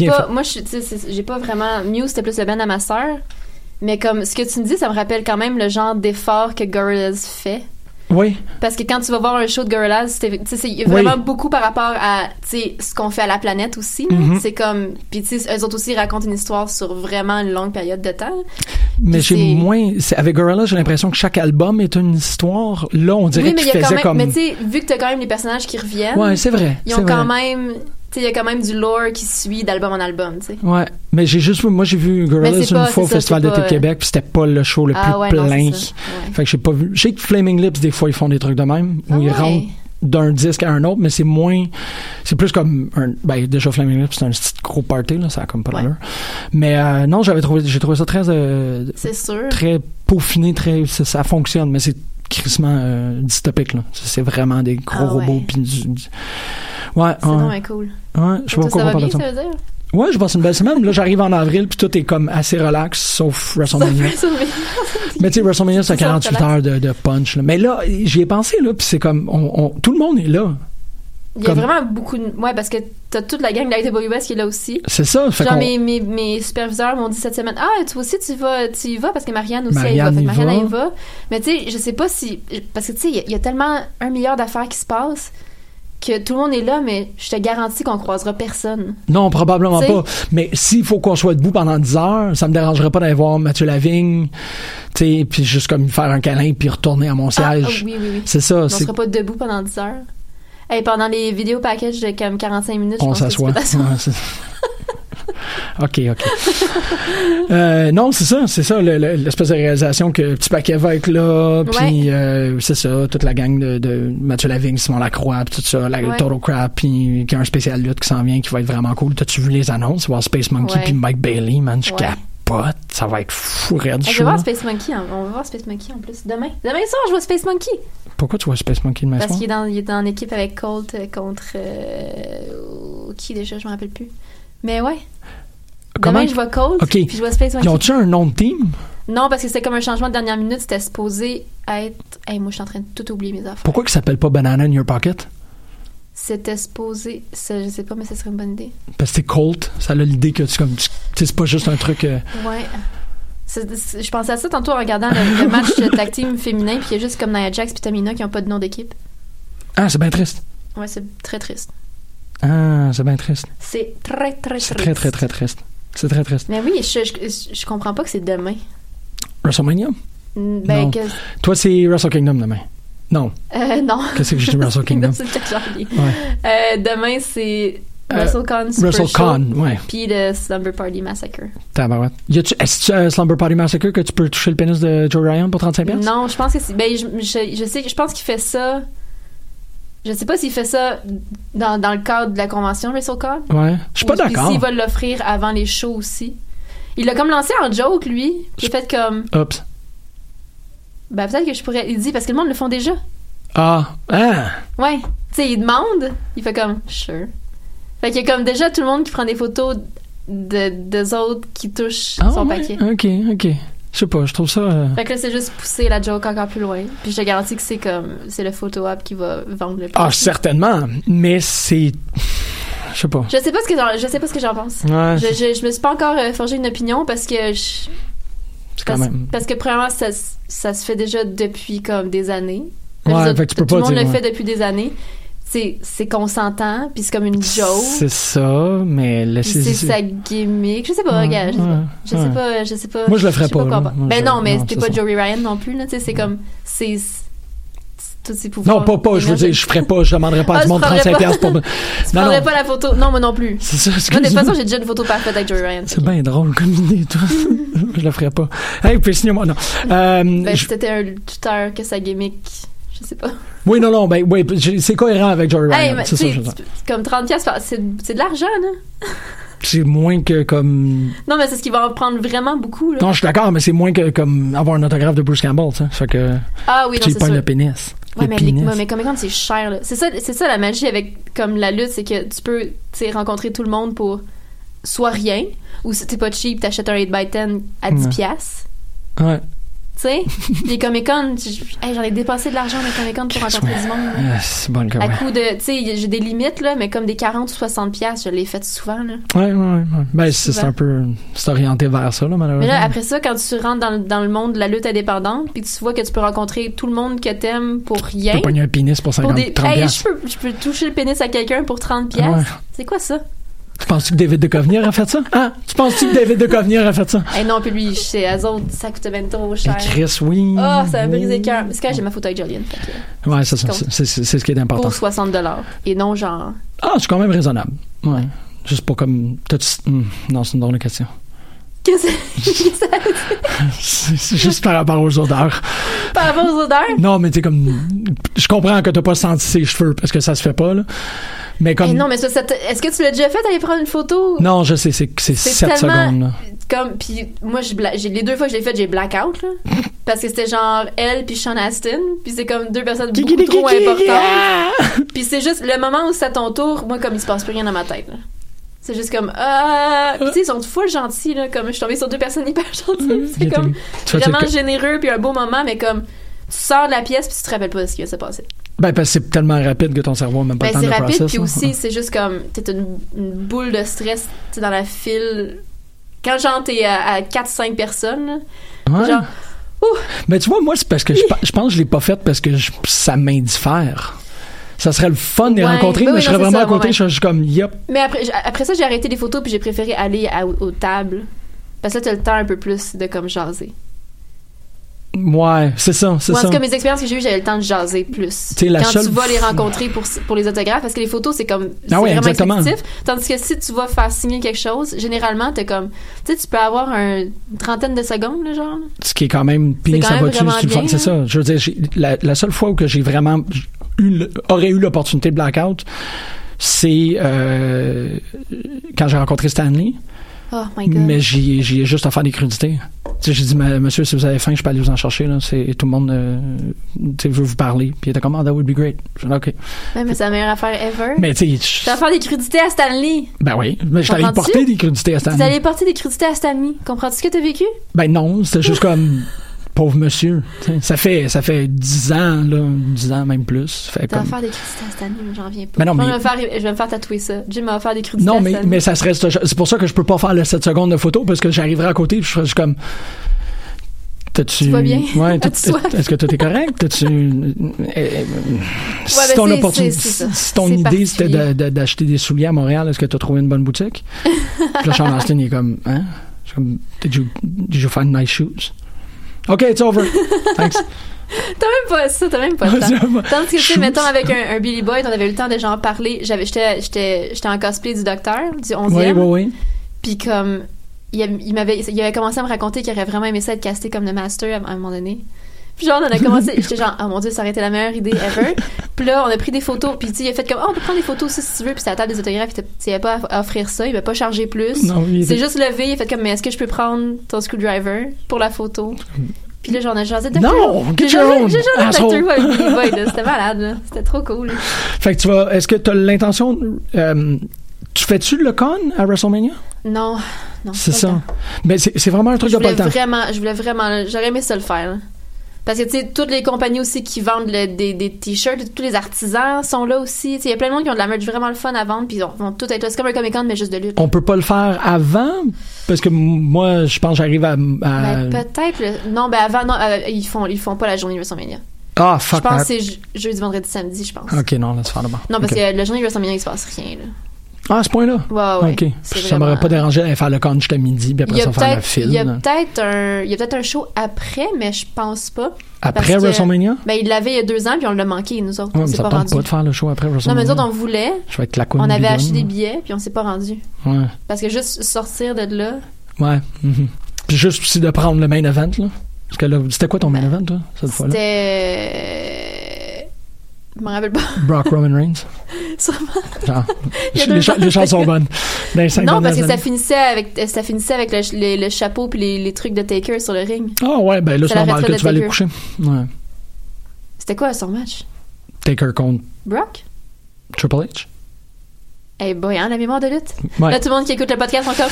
Speaker 12: j'ai pas vraiment. Muse, c'était plus le band à ma sœur. Mais comme ce que tu me dis, ça me rappelle quand même le genre d'effort que Gorillaz fait.
Speaker 11: Oui.
Speaker 12: Parce que quand tu vas voir un show de Gorillaz, c'est vraiment beaucoup par rapport à ce qu'on fait à la planète aussi. Mm-hmm. C'est comme. Puis eux autres aussi racontent une histoire sur vraiment une longue période de temps.
Speaker 11: Mais avec Gorillaz, j'ai l'impression que chaque album est une histoire. Là, on dirait qu'ils faisaient comme.
Speaker 12: Mais tu sais, vu que t'as quand même les personnages qui reviennent.
Speaker 11: Ouais, c'est vrai.
Speaker 12: Ils ont quand même. Il y a quand même du lore qui suit d'album en album, tu sais.
Speaker 11: Ouais, mais j'ai vu Gorillaz une fois au Festival d'été de Québec, puis c'était pas le show le plus plein. Fait que j'ai pas vu. Je sais que Flaming Lips, des fois, ils font des trucs de même, où ils rentrent d'un disque à un autre, mais c'est plus comme déjà Flaming Lips, c'est un petit gros party, là, ça a comme pas l'allure. Mais non, j'ai trouvé ça très
Speaker 12: c'est sûr.
Speaker 11: Très peaufiné, ça fonctionne, mais c'est crissement dystopique, là. C'est vraiment des gros robots, puis ouais,
Speaker 12: c'est vraiment cool.
Speaker 11: Ouais, je sais pas
Speaker 12: ça va bien, ça veut dire?
Speaker 11: Ouais, je passe une belle semaine. Là, j'arrive en avril, puis tout est comme assez relax, sauf WrestleMania. Mais tu sais, WrestleMania, c'est 48 heures de punch. Là. Mais là, j'y ai pensé, là, puis c'est comme, tout le monde est là.
Speaker 12: Il y a vraiment beaucoup de... Ouais, parce que t'as toute la gang de la IWS qui est là aussi.
Speaker 11: C'est ça. Fait
Speaker 12: genre, mes superviseurs m'ont dit cette semaine, toi aussi, tu y vas, parce que Marianne aussi, elle y va. Fait que Marianne, elle y va. Mais tu sais, je sais pas si... Parce que tu sais, il y a tellement 1 milliard d'affaires qui se passent que tout le monde est là, mais je te garantis qu'on croisera personne.
Speaker 11: Non, probablement pas. Mais s'il faut qu'on soit debout pendant 10 heures, ça me dérangerait pas d'aller voir Mathieu Lavigne, tu sais, puis juste comme faire un câlin puis retourner à mon siège.
Speaker 12: Oui.
Speaker 11: C'est ça.
Speaker 12: On sera pas debout pendant 10 heures. Hey, pendant les vidéos packages de comme 45 minutes,
Speaker 11: on s'assoit. OK. Non, c'est ça, l'espèce de réalisation que Petit Paquet va être là, puis c'est ça, toute la gang de Mathieu Lavigne, Simon Lacroix, puis tout ça, Total Crap, puis qui a un spécial lutte qui s'en vient, qui va être vraiment cool. T'as-tu vu les annonces? Voir Space Monkey puis Mike Bailey, man, je capote. Ça va être fou, raide.
Speaker 12: Je vais voir Space Monkey. On va voir Space Monkey en plus. Demain soir, je vois Space Monkey.
Speaker 11: Pourquoi tu vois Space Monkey demain soir?
Speaker 12: Parce qu'il est en équipe avec Colt contre... qui déjà? Je me rappelle plus. Mais ouais. Demain, je vois Colt, puis je vois Space Monkey.
Speaker 11: Ils ont-tu un nom de team?
Speaker 12: Non, parce que c'était comme un changement de dernière minute. C'était supposé être... moi, je suis en train de tout oublier mes affaires.
Speaker 11: Pourquoi il s'appelle pas Banana in Your Pocket?
Speaker 12: C'était supposé... je sais pas, mais ça serait une bonne idée.
Speaker 11: Parce que c'est Colt. Ça a l'idée que c'est pas juste un truc...
Speaker 12: Ouais. Je pensais à ça tantôt en regardant le match de tag team féminin, puis il y a juste comme Nia Jax puis Tamina qui ont pas de nom d'équipe.
Speaker 11: Ah, c'est bien triste.
Speaker 12: Ouais, c'est très triste.
Speaker 11: Ah, c'est bien triste.
Speaker 12: C'est très, très triste.
Speaker 11: C'est très, très, très triste. C'est très triste.
Speaker 12: Mais oui, je comprends pas que c'est demain.
Speaker 11: WrestleMania?
Speaker 12: Ben,
Speaker 11: non. Toi, c'est Wrestle Kingdom demain. Non.
Speaker 12: Non.
Speaker 11: Qu'est-ce que je dis Wrestle Kingdom?
Speaker 12: C'est Chuck Charlie. Ouais. Demain, c'est WrestleCon Super
Speaker 11: WrestleCon,
Speaker 12: Show,
Speaker 11: ouais.
Speaker 12: Puis le Slumber Party Massacre.
Speaker 11: Tabarouette. Est-ce que Slumber Party Massacre que tu peux toucher le pénis de Joe Ryan pour 35$?
Speaker 12: Non, je pense que c'est... Ben, je pense qu'il fait ça... Je sais pas s'il fait ça dans le cadre de la convention WrestleCon.
Speaker 11: Ouais. Je suis pas d'accord.
Speaker 12: S'il va l'offrir avant les shows aussi. Il l'a comme lancé en joke, lui. Puis il a fait comme...
Speaker 11: Oups.
Speaker 12: Ben, peut-être que je pourrais... Il dit, parce que le monde le font déjà.
Speaker 11: Ah.
Speaker 12: Ouais. Tu sais, il demande. Il fait comme... Sure. Fait qu'il y a comme déjà tout le monde qui prend des photos des autres qui touchent son paquet.
Speaker 11: OK. Je sais pas, je trouve ça...
Speaker 12: Fait que là, c'est juste pousser la joke encore plus loin. Puis je te garantis que c'est le photo app qui va vendre le plus.
Speaker 11: Ah, certainement. Mais c'est... Je sais pas.
Speaker 12: Je sais pas ce que j'en pense.
Speaker 11: Ouais,
Speaker 12: je me suis pas encore forgé une opinion parce que parce que premièrement, ça se fait déjà depuis comme des années.
Speaker 11: Ouais, fait que tu peux
Speaker 12: tout
Speaker 11: pas
Speaker 12: le monde
Speaker 11: dire,
Speaker 12: le fait depuis des années. C'est consentant, puis c'est comme une joke.
Speaker 11: C'est ça, mais
Speaker 12: c'est sa gimmick. Je sais pas, regarde, je sais pas.
Speaker 11: Moi, je le ferais pas.
Speaker 12: Ben non, mais c'était pas Joey Ryan non plus, là, tu sais, c'est comme, c'est tous ses pouvoirs.
Speaker 11: Non, pas, je veux dire, je ferais pas, je demanderais pas à du monde 35$ pour...
Speaker 12: Tu prendrais pas la photo. Non, moi non plus.
Speaker 11: C'est ça,
Speaker 12: moi, de toute façon, j'ai déjà une photo parfaite avec Joey Ryan.
Speaker 11: C'est bien drôle comme idée, toi. Je le ferais pas. Hey, puis sinon, non.
Speaker 12: Ben, c'était un tuteur que sa gimmick... Je sais pas.
Speaker 11: Oui, non, ben, oui, c'est cohérent avec Joey Ryan.
Speaker 12: Hey,
Speaker 11: c'est ça,
Speaker 12: comme 30$, c'est de l'argent, là.
Speaker 11: C'est moins que comme...
Speaker 12: Non, mais c'est ce qui va en prendre vraiment beaucoup, là.
Speaker 11: Non, je suis d'accord, mais c'est moins que comme avoir un autographe de Bruce Campbell, tu sais. Fait que...
Speaker 12: Ah oui, non, c'est sûr.
Speaker 11: Le pénis.
Speaker 12: Ouais, mais comme c'est cher, là. C'est ça la magie avec comme la lutte, c'est que tu peux, tu sais, rencontrer tout le monde pour soit rien, ou si t'es pas cheap, t'achètes un 8x10 à 10$.
Speaker 11: Ouais.
Speaker 12: Tu sais, les Comic-Con, j'en ai dépensé de l'argent dans les Comic-Con pour rencontrer du monde.
Speaker 11: C'est bon,
Speaker 12: à coup de, tu sais, j'ai des limites, là, mais comme des 40 ou 60$, je l'ai fait souvent, là.
Speaker 11: Ouais. Ben, c'est un peu, c'est orienté vers ça, là, malheureusement.
Speaker 12: Mais là, après ça, quand tu rentres dans le monde de la lutte indépendante, puis tu vois que tu peux rencontrer tout le monde que t'aimes pour rien.
Speaker 11: Tu peux pogner un pénis pour 30$.
Speaker 12: Je peux toucher le pénis à quelqu'un pour 30$. Ouais. C'est quoi ça?
Speaker 11: Tu penses-tu que David Duchovny a fait ça? Ah! Tu penses-tu que David Duchovny a fait ça?
Speaker 12: Non, puis lui, chez eux autres, ça coûtait bien trop cher.
Speaker 11: Chris, oui.
Speaker 12: Ça m'a brisé le cœur. C'est quand j'ai ma photo avec Jolien.
Speaker 11: Ouais, c'est ça. C'est ce qui est important.
Speaker 12: Pour 60$. Et non, genre.
Speaker 11: Ah, c'est quand même raisonnable. Ouais. Juste pour comme. Non, c'est une drôle de question.
Speaker 12: Qu'est-ce que ça veut dire?
Speaker 11: C'est juste par rapport aux odeurs.
Speaker 12: Par rapport aux odeurs?
Speaker 11: Non, mais tu sais, comme. Je comprends que t'as pas senti ses cheveux parce que ça se fait pas, là. Mais comme...
Speaker 12: non, mais est-ce que tu l'as déjà fait d'aller prendre une photo?
Speaker 11: Non, je sais, c'est 7 secondes. Là.
Speaker 12: Comme, puis moi, les 2 fois que je l'ai fait, j'ai blackout, là. Parce que c'était genre elle puis Sean Astin. Puis c'est comme 2 personnes beaucoup trop importantes. Puis c'est juste le moment où c'est à ton tour, moi, comme il se passe plus rien dans ma tête, là. C'est juste comme puis tu sais, ils sont full gentils, là. Comme je suis tombée sur 2 personnes hyper gentilles. C'est comme vraiment généreux puis un beau moment, mais comme tu sors de la pièce puis tu te rappelles pas de ce qui s'est passé.
Speaker 11: Ben, parce que c'est tellement rapide que ton cerveau n'a même pas le temps de process. C'est rapide,
Speaker 12: puis aussi, c'est juste comme, t'es une boule de stress, t'es dans la file. Quand, genre, t'es à 4-5 personnes, là,
Speaker 11: ouais.
Speaker 12: Genre,
Speaker 11: mais tu vois, moi, c'est parce que je pense que je l'ai pas fait parce que ça m'indiffère. Ça serait le fun de les rencontrer, mais je serais vraiment à côté, je suis comme, yep.
Speaker 12: Mais après ça, j'ai arrêté les photos, puis j'ai préféré aller aux tables. Parce que là, t'as le temps un peu plus de, comme, jaser.
Speaker 11: Ouais, c'est ça.
Speaker 12: En tout cas, mes expériences que j'ai eues, j'avais le temps de jaser plus. Tu vas les rencontrer pour les autographes, parce que les photos, c'est comme, c'est vraiment expéditif. Tandis que si tu vas faire signer quelque chose, généralement, t'es comme, tu sais, tu peux avoir une trentaine de secondes, là, genre. Ce
Speaker 11: qui est quand même pini sa voiture, c'est ça. Je veux dire, la seule fois où que j'ai vraiment aurait eu l'opportunité de blackout, c'est quand j'ai rencontré Stanley.
Speaker 12: Oh my God.
Speaker 11: Mais j'y ai juste à faire des crudités. Tu sais, j'ai dit, monsieur, si vous avez faim, je peux aller vous en chercher. Là. Tout le monde veut vous parler. Puis il était comme, that would be great. Je dis, OK.
Speaker 12: Ouais, mais c'est la meilleure affaire ever.
Speaker 11: Mais tu sais,
Speaker 12: tu vas faire des crudités à Stanley.
Speaker 11: Ben oui. Mais je suis allé porter des crudités à Stanley.
Speaker 12: Tu es allé porter des crudités à Stanley. Comprends-tu ce que tu as vécu?
Speaker 11: Ben non, c'était juste comme... Pauvre monsieur. Ça fait 10 ans, là. 10 ans, même plus.
Speaker 12: Tu vas faire des crudités à Stanley, mais j'en viens pas.
Speaker 11: Ben non, mais...
Speaker 12: Je vais me faire tatouer ça. Jim va faire des crudités à Stanley.
Speaker 11: Non, mais ça serait... C'est pour ça que je peux pas faire le 7 secondes de photo, parce que j'arriverai à côté, puis je serais juste comme...
Speaker 12: Tu vas bien?
Speaker 11: Ouais, est-ce que tout est correct? Si ton idée c'était d'acheter des souliers à Montréal, est-ce que tu as trouvé une bonne boutique? Puis là, Sean Astin, il est comme, hein? Je suis comme, did you find nice shoes? OK, it's over. Thanks.
Speaker 12: T'as même pas le temps. Tandis que, tu sais, mettons, avec un Billy Boyd, on avait eu le temps de genre parler. J'étais en cosplay du docteur, du 11e.
Speaker 11: Oui.
Speaker 12: Puis comme, il avait commencé à me raconter qu'il aurait vraiment aimé ça être casté comme le Master à un moment donné. Puis genre, on a commencé, j'étais genre, oh mon Dieu, ça aurait été la meilleure idée ever. Puis là, on a pris des photos, puis tu sais, il a fait comme, on peut prendre des photos si tu veux, puis c'était à la table des autographes, il avait pas à offrir ça, il m'a pas chargé plus. Non, c'est juste levé, il a fait comme, mais est-ce que je peux prendre ton screwdriver pour la photo? Puis là, j'en ai jasé de
Speaker 11: non, get your own asshole.
Speaker 12: C'était malade, là. C'était trop cool.
Speaker 11: Fait que est-ce que t'as l'intention, tu fais-tu le con à WrestleMania?
Speaker 12: Non.
Speaker 11: C'est ça. Mais c'est vraiment un truc de pas le temps.
Speaker 12: Je voulais vraiment, j'aurais aimé ça le faire, là. Parce que, tu sais, toutes les compagnies aussi qui vendent des t-shirts, tous les artisans sont là aussi. Il y a plein de monde qui ont de la merch vraiment le fun à vendre, puis ils vont tout être là. C'est comme un Comic-Con, mais juste de lutte.
Speaker 11: On peut pas le faire avant? Parce que moi, je pense que j'arrive à...
Speaker 12: Ben, peut-être. Non, ben avant, non, ils font pas la journée de WrestleMania.
Speaker 11: Ah, fuck.
Speaker 12: Je pense que c'est jeudi, vendredi, samedi, je pense.
Speaker 11: OK, non, laisse faire d'abord.
Speaker 12: Non, parce que la journée de WrestleMania, il se passe rien, là.
Speaker 11: Ah, à ce point-là?
Speaker 12: Ouais.
Speaker 11: OK. Ça m'aurait pas dérangé d'aller faire le con jusqu'à midi, puis après ça faire le film.
Speaker 12: Il y a peut-être un show après, mais je pense pas.
Speaker 11: Après WrestleMania?
Speaker 12: Ben, il l'avait il y a 2 ans, puis on l'a manqué, nous autres.
Speaker 11: On s'est pas rendu. Ça tente pas de faire le show après WrestleMania.
Speaker 12: Non, mais nous autres, on voulait.
Speaker 11: Je vais être la
Speaker 12: on avait acheté des billets, puis on s'est pas rendu.
Speaker 11: Ouais.
Speaker 12: Parce que juste sortir de là.
Speaker 11: Ouais. Puis juste aussi de prendre le main event, là. Parce que là, c'était quoi ton main event, toi, cette fois-là?
Speaker 12: C'était... Je m'en rappelle pas.
Speaker 11: Brock Roman Reigns.
Speaker 12: Sûrement.
Speaker 11: Genre, les chances sont bonnes.
Speaker 12: Non, parce que ça finissait avec le chapeau puis les trucs de Taker sur le ring.
Speaker 11: Ah ouais, ben là, c'est normal que tu vas aller coucher. Ouais.
Speaker 12: C'était quoi son match?
Speaker 11: Taker contre...
Speaker 12: Brock?
Speaker 11: Triple H.
Speaker 12: Eh boy, hein, la mémoire de lutte?
Speaker 11: Ouais.
Speaker 12: Là, tout le monde qui écoute le podcast encore...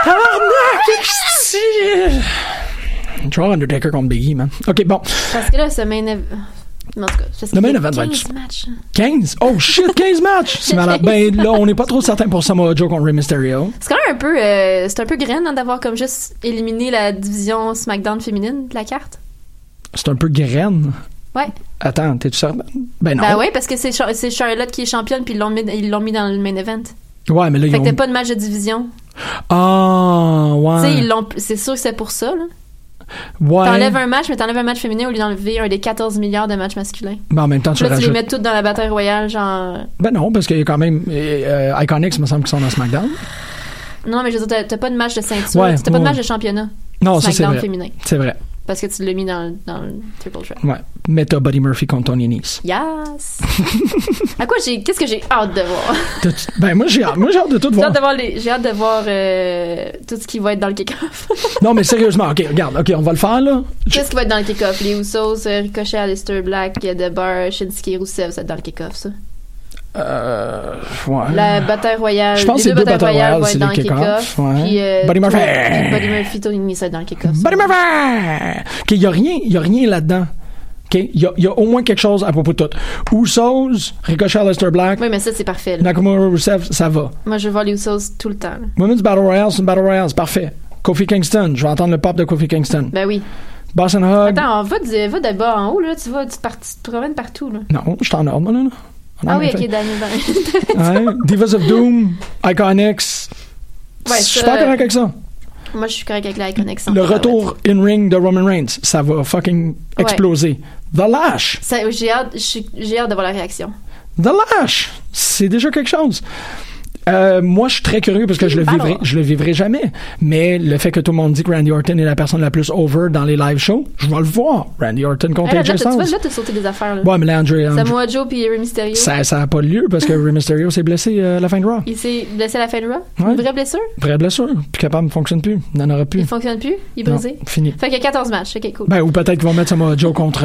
Speaker 11: Draw Undertaker contre Biggie, man. OK, bon.
Speaker 12: Parce que là, ce main event... En tout cas,
Speaker 11: le main event va être
Speaker 12: 15 matchs.
Speaker 11: 15? Oh shit, 15 matchs! C'est malade. Ben là, on n'est pas trop certain pour Samoa Joe contre Rey Mysterio.
Speaker 12: C'est quand même un peu... c'est un peu graine hein, d'avoir comme juste éliminé la division SmackDown féminine de la carte.
Speaker 11: C'est un peu graine?
Speaker 12: Ouais.
Speaker 11: Attends, t'es-tu sûr? Ben non.
Speaker 12: Ben ouais, parce que c'est Charlotte qui est championne puis ils l'ont mis dans le main event.
Speaker 11: Ouais, mais là,
Speaker 12: fait que t'as pas de match de division.
Speaker 11: Ah, ouais.
Speaker 12: Tu sais, c'est sûr que c'est pour ça, là.
Speaker 11: Ouais.
Speaker 12: T'enlèves un match, mais t'enlèves un match féminin au lieu d'enlever un des 14 milliards de matchs masculins.
Speaker 11: Ben en même temps, tu
Speaker 12: les mets toutes dans la bataille royale, genre...
Speaker 11: Ben non, parce qu'il y a quand même... Iconics, me semble qu'ils sont dans SmackDown.
Speaker 12: Non, mais je veux dire, t'as pas de match de ceinture.
Speaker 11: Ouais,
Speaker 12: t'as pas de match de championnat.
Speaker 11: Non, ça, c'est vrai.
Speaker 12: Féminin.
Speaker 11: C'est vrai.
Speaker 12: Parce que tu l'as mis dans le Triple Threat.
Speaker 11: Ouais. Mais t'as Buddy Murphy contre Tony Nese.
Speaker 12: Yes! Qu'est-ce que j'ai hâte de voir?
Speaker 11: Ben, moi, j'ai hâte de tout voir.
Speaker 12: J'ai hâte de voir tout ce qui va être dans le kick-off.
Speaker 11: Non, mais sérieusement, OK, regarde. OK, on va le faire, là.
Speaker 12: Qu'est-ce qui va être dans le kick-off? Les Usos, Ricochet, Aleister Black, The Bar, Shinsuke, Rusev, ça va être dans le kick-off, ça?
Speaker 11: Ouais.
Speaker 12: La bataille royale.
Speaker 11: Je pense que c'est 2 batailles royales, c'est le kick-off.
Speaker 12: Ouais. Puis,
Speaker 11: Buddy Murphy.
Speaker 12: Buddy Murphy, Tony Nese, ça va être dans le kick-off.
Speaker 11: Buddy Murphy! OK, il y a rien là-dedans. OK, il y a au moins quelque chose à propos de tout. Usos, Ricochet, Aleister Black.
Speaker 12: Oui, mais ça, c'est parfait. Là.
Speaker 11: Nakamura, Rusev, ça va.
Speaker 12: Moi, je veux voir les Usos tout le temps. Là.
Speaker 11: Women's Battle Royale, c'est une Battle Royale, c'est parfait. Kofi Kingston, je vais entendre le pop de Kofi Kingston.
Speaker 12: Ben oui.
Speaker 11: Boss and Hug.
Speaker 12: Attends, va de bas en haut, là. Tu te promènes partout, là.
Speaker 11: Non, je t'en ordre, moi, là.
Speaker 12: Ah oui, ok, Daniel.
Speaker 11: Ouais, Divas of Doom, Iconics.
Speaker 12: Ouais,
Speaker 11: je suis pas correct avec ça.
Speaker 12: Moi, je suis correct avec la Iconics.
Speaker 11: Le retour in-ring de Roman Reigns, ça va fucking exploser. The Lash.
Speaker 12: J'ai hâte de voir la réaction.
Speaker 11: The Lash, c'est déjà quelque chose. Moi, je suis très curieux parce que je le vivrai jamais. Mais le fait que tout le monde dit que Randy Orton est la personne la plus over dans les live shows, je vais le voir. Randy Orton contre AJ Styles.
Speaker 12: Là, t'as sauté des affaires, là.
Speaker 11: Ouais, mais là,
Speaker 12: Samoa Joe puis Rey Mysterio.
Speaker 11: Ça a pas lieu parce que Rey Mysterio s'est blessé à la fin de Raw.
Speaker 12: Il s'est blessé à la fin de Raw?
Speaker 11: Ouais.
Speaker 12: Une vraie blessure?
Speaker 11: Vraie blessure. Puis capable, ne fonctionne plus. Il n'en aura plus.
Speaker 12: Il fonctionne plus? Il est brisé?
Speaker 11: Non, fini.
Speaker 12: Fait qu'il y a 14 matchs. OK, cool.
Speaker 11: Ben, ou peut-être qu'ils vont mettre Samoa Joe contre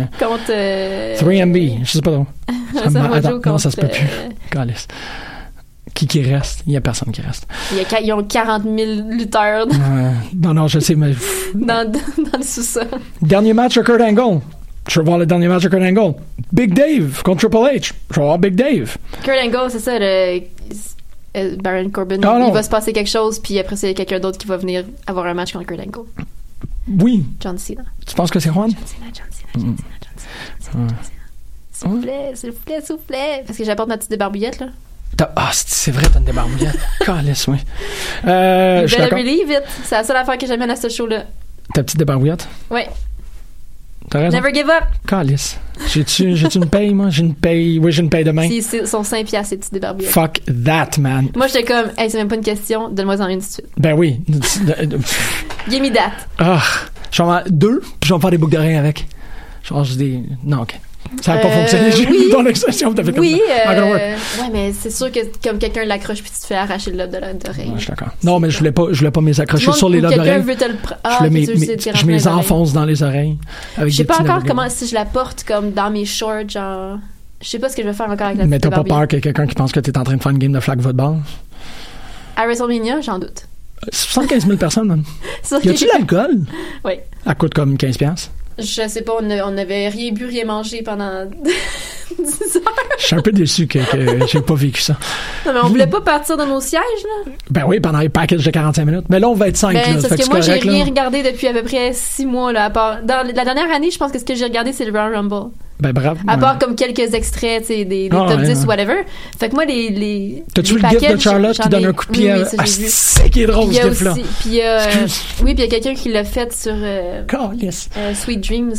Speaker 11: 3MB. Je sais pas trop.
Speaker 12: Samoa Joe contre...
Speaker 11: Non, ça se peut plus. Calice. Qui reste? Il n'y a personne qui reste.
Speaker 12: Ils ont 40 000 lutteurs.
Speaker 11: Non, je sais, mais...
Speaker 12: dans le sous-sol.
Speaker 11: Dernier match à Kurt Angle. Je vais voir le dernier match de Kurt Angle. Big Dave contre Triple H. Je vais voir Big Dave.
Speaker 12: Kurt Angle, c'est ça, Baron Corbin. Il va se passer quelque chose, puis après, c'est quelqu'un d'autre qui va venir avoir un match contre Kurt Angle.
Speaker 11: Oui.
Speaker 12: John Cena.
Speaker 11: Tu penses que c'est Juan?
Speaker 12: John Cena. S'il vous plaît. Parce que j'apporte ma petite débarbouillette, là.
Speaker 11: C'est vrai, t'as une débarbouillette. Calice, oui.
Speaker 12: Je suis d'accord. Vite. C'est la seule affaire que j'amène à ce show-là.
Speaker 11: Ta petite débarbouillette?
Speaker 12: Oui.
Speaker 11: T'as raison.
Speaker 12: Never give up.
Speaker 11: Calice. J'ai-tu une paye, moi? J'ai une paye demain.
Speaker 12: C'est son 5$, ces petites débarbouillettes.
Speaker 11: Fuck that, man.
Speaker 12: Moi, j'étais comme, hey, c'est même pas une question, donne-moi-en une tout de suite.
Speaker 11: Ben oui.
Speaker 12: Give me that.
Speaker 11: Je vais en faire 2, puis je vais me faire des boucles d'oreilles avec. Genre, Non, OK. Ça n'a pas fonctionné. J'ai eu ton expression. T'as fait comme ça.
Speaker 12: Ouais, mais c'est sûr que comme quelqu'un l'accroche puis tu te fais arracher le lobe de l'oreille.
Speaker 11: Ouais, je suis d'accord. Non, mais je voulais pas me accrocher sur les lobes d'oreille. Je me les enfonce dans les oreilles.
Speaker 12: Je sais pas encore comment, si je la porte comme dans mes shorts, genre. Je sais pas ce que je vais faire encore avec la petite.
Speaker 11: Mais t'as pas peur qu'il y ait quelqu'un qui pense que t'es en train de faire une game de flag football?
Speaker 12: À WrestleMania, j'en doute.
Speaker 11: 75 000 personnes, man. Y a-tu de l'alcool?
Speaker 12: Oui.
Speaker 11: Elle coûte comme 15$.
Speaker 12: Je sais pas, on n'avait rien bu, rien mangé pendant 10 heures.
Speaker 11: Je suis un peu déçu que j'ai pas vécu ça.
Speaker 12: Non, mais on voulait pas partir de nos sièges, là.
Speaker 11: Ben oui, pendant les packages de 45 minutes. Mais là, on va être 5, là.
Speaker 12: Parce que moi, j'ai rien regardé depuis à peu près 6 mois, là. À part, dans la dernière année, je pense que ce que j'ai regardé, c'est le Royal Rumble.
Speaker 11: Ben bravo.
Speaker 12: À part comme quelques extraits, tu sais, des top 10 ou whatever. Fait que moi, les
Speaker 11: T'as-tu vu le gif de Charlotte qui donne un coup de pied à... c'est qui est drôle, ce gif-là.
Speaker 12: Puis oui, puis il y a quelqu'un qui l'a fait sur Sweet Dreams.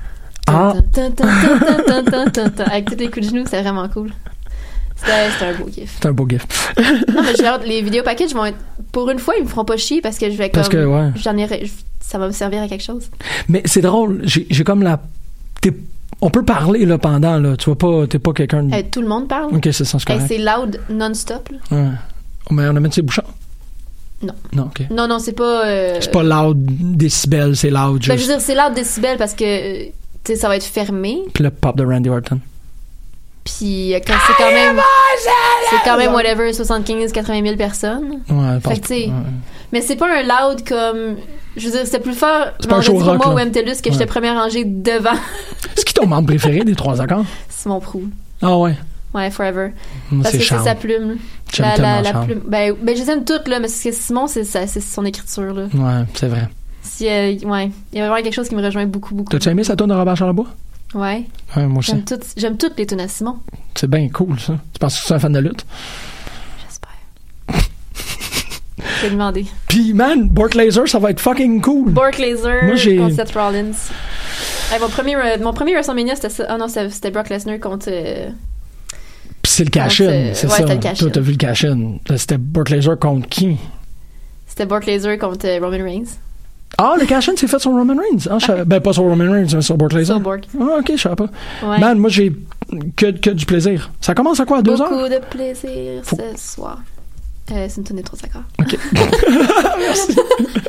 Speaker 12: Avec tous les coups de genoux, c'est vraiment cool. C'était un beau gif.
Speaker 11: C'est un beau gif.
Speaker 12: Non, mais j'ai hâte, les vidéos packages vont être... Pour une fois, ils me feront pas chier parce que je vais comme...
Speaker 11: Parce que, ouais.
Speaker 12: Ça va me servir à quelque chose.
Speaker 11: Mais c'est drôle, j'ai comme la... On peut parler là pendant, là. Tu vois pas, t'es pas quelqu'un de...
Speaker 12: tout le monde parle.
Speaker 11: OK, c'est ça, c'est correct.
Speaker 12: C'est loud non-stop, là.
Speaker 11: Ouais. Mais on amène ses bouchons?
Speaker 12: Non.
Speaker 11: Non, OK.
Speaker 12: Non, c'est pas...
Speaker 11: C'est pas loud décibel, c'est loud juste...
Speaker 12: Ben, je veux dire, c'est loud décibel parce que, tu sais, ça va être fermé.
Speaker 11: Puis le pop de Randy Orton.
Speaker 12: Puis quand c'est quand même whatever 75-80 000 personnes.
Speaker 11: Ouais,
Speaker 12: fait que tu sais, mais c'est pas un loud comme, je veux dire, c'était plus fort
Speaker 11: vendredi pour moi
Speaker 12: au MTLUS que j'étais première rangée devant.
Speaker 11: C'est qui ton membre préféré des 3 accords?
Speaker 12: Simon Proulx.
Speaker 11: Ah ouais.
Speaker 12: Ouais, forever.
Speaker 11: Parce
Speaker 12: que c'est sa plume.
Speaker 11: J'aime tellement la
Speaker 12: plume. Ben je les aime toutes là, mais c'est que Simon c'est son écriture là.
Speaker 11: Ouais, c'est vrai.
Speaker 12: Ouais, il y a vraiment quelque chose qui me rejoint beaucoup.
Speaker 11: T'as-tu aimé sa tourne de Robert Charlebois?
Speaker 12: Ouais.
Speaker 11: Moi aussi.
Speaker 12: J'aime toutes les tunes à Simon.
Speaker 11: C'est bien cool, ça. Tu penses que tu es un fan de lutte?
Speaker 12: J'espère. Je vais demander.
Speaker 11: Puis, man, Bork Laser, ça va être fucking cool.
Speaker 12: Bork Laser contre Seth Rollins. Mon premier WrestleMania, c'était ça. Ah non, c'était Brock Lesnar contre...
Speaker 11: Puis c'est le cash-in, c'est ça.
Speaker 12: C'était le cash-in.
Speaker 11: Toi, t'as vu le cash-in. C'était Bork Laser contre qui?
Speaker 12: C'était Bork Laser contre Roman Reigns.
Speaker 11: Ah, le cash-in, c'est fait sur Roman Reigns. Ben, pas sur Roman Reigns, mais sur Bork Laser.
Speaker 12: Sur Bork.
Speaker 11: Ah, OK, je savais pas.
Speaker 12: Ouais.
Speaker 11: Man, moi, j'ai que du plaisir. Ça commence à quoi, à 2 heures?
Speaker 12: Beaucoup de plaisir ce soir. C'est une tournée de 3 accords.
Speaker 11: OK. Merci.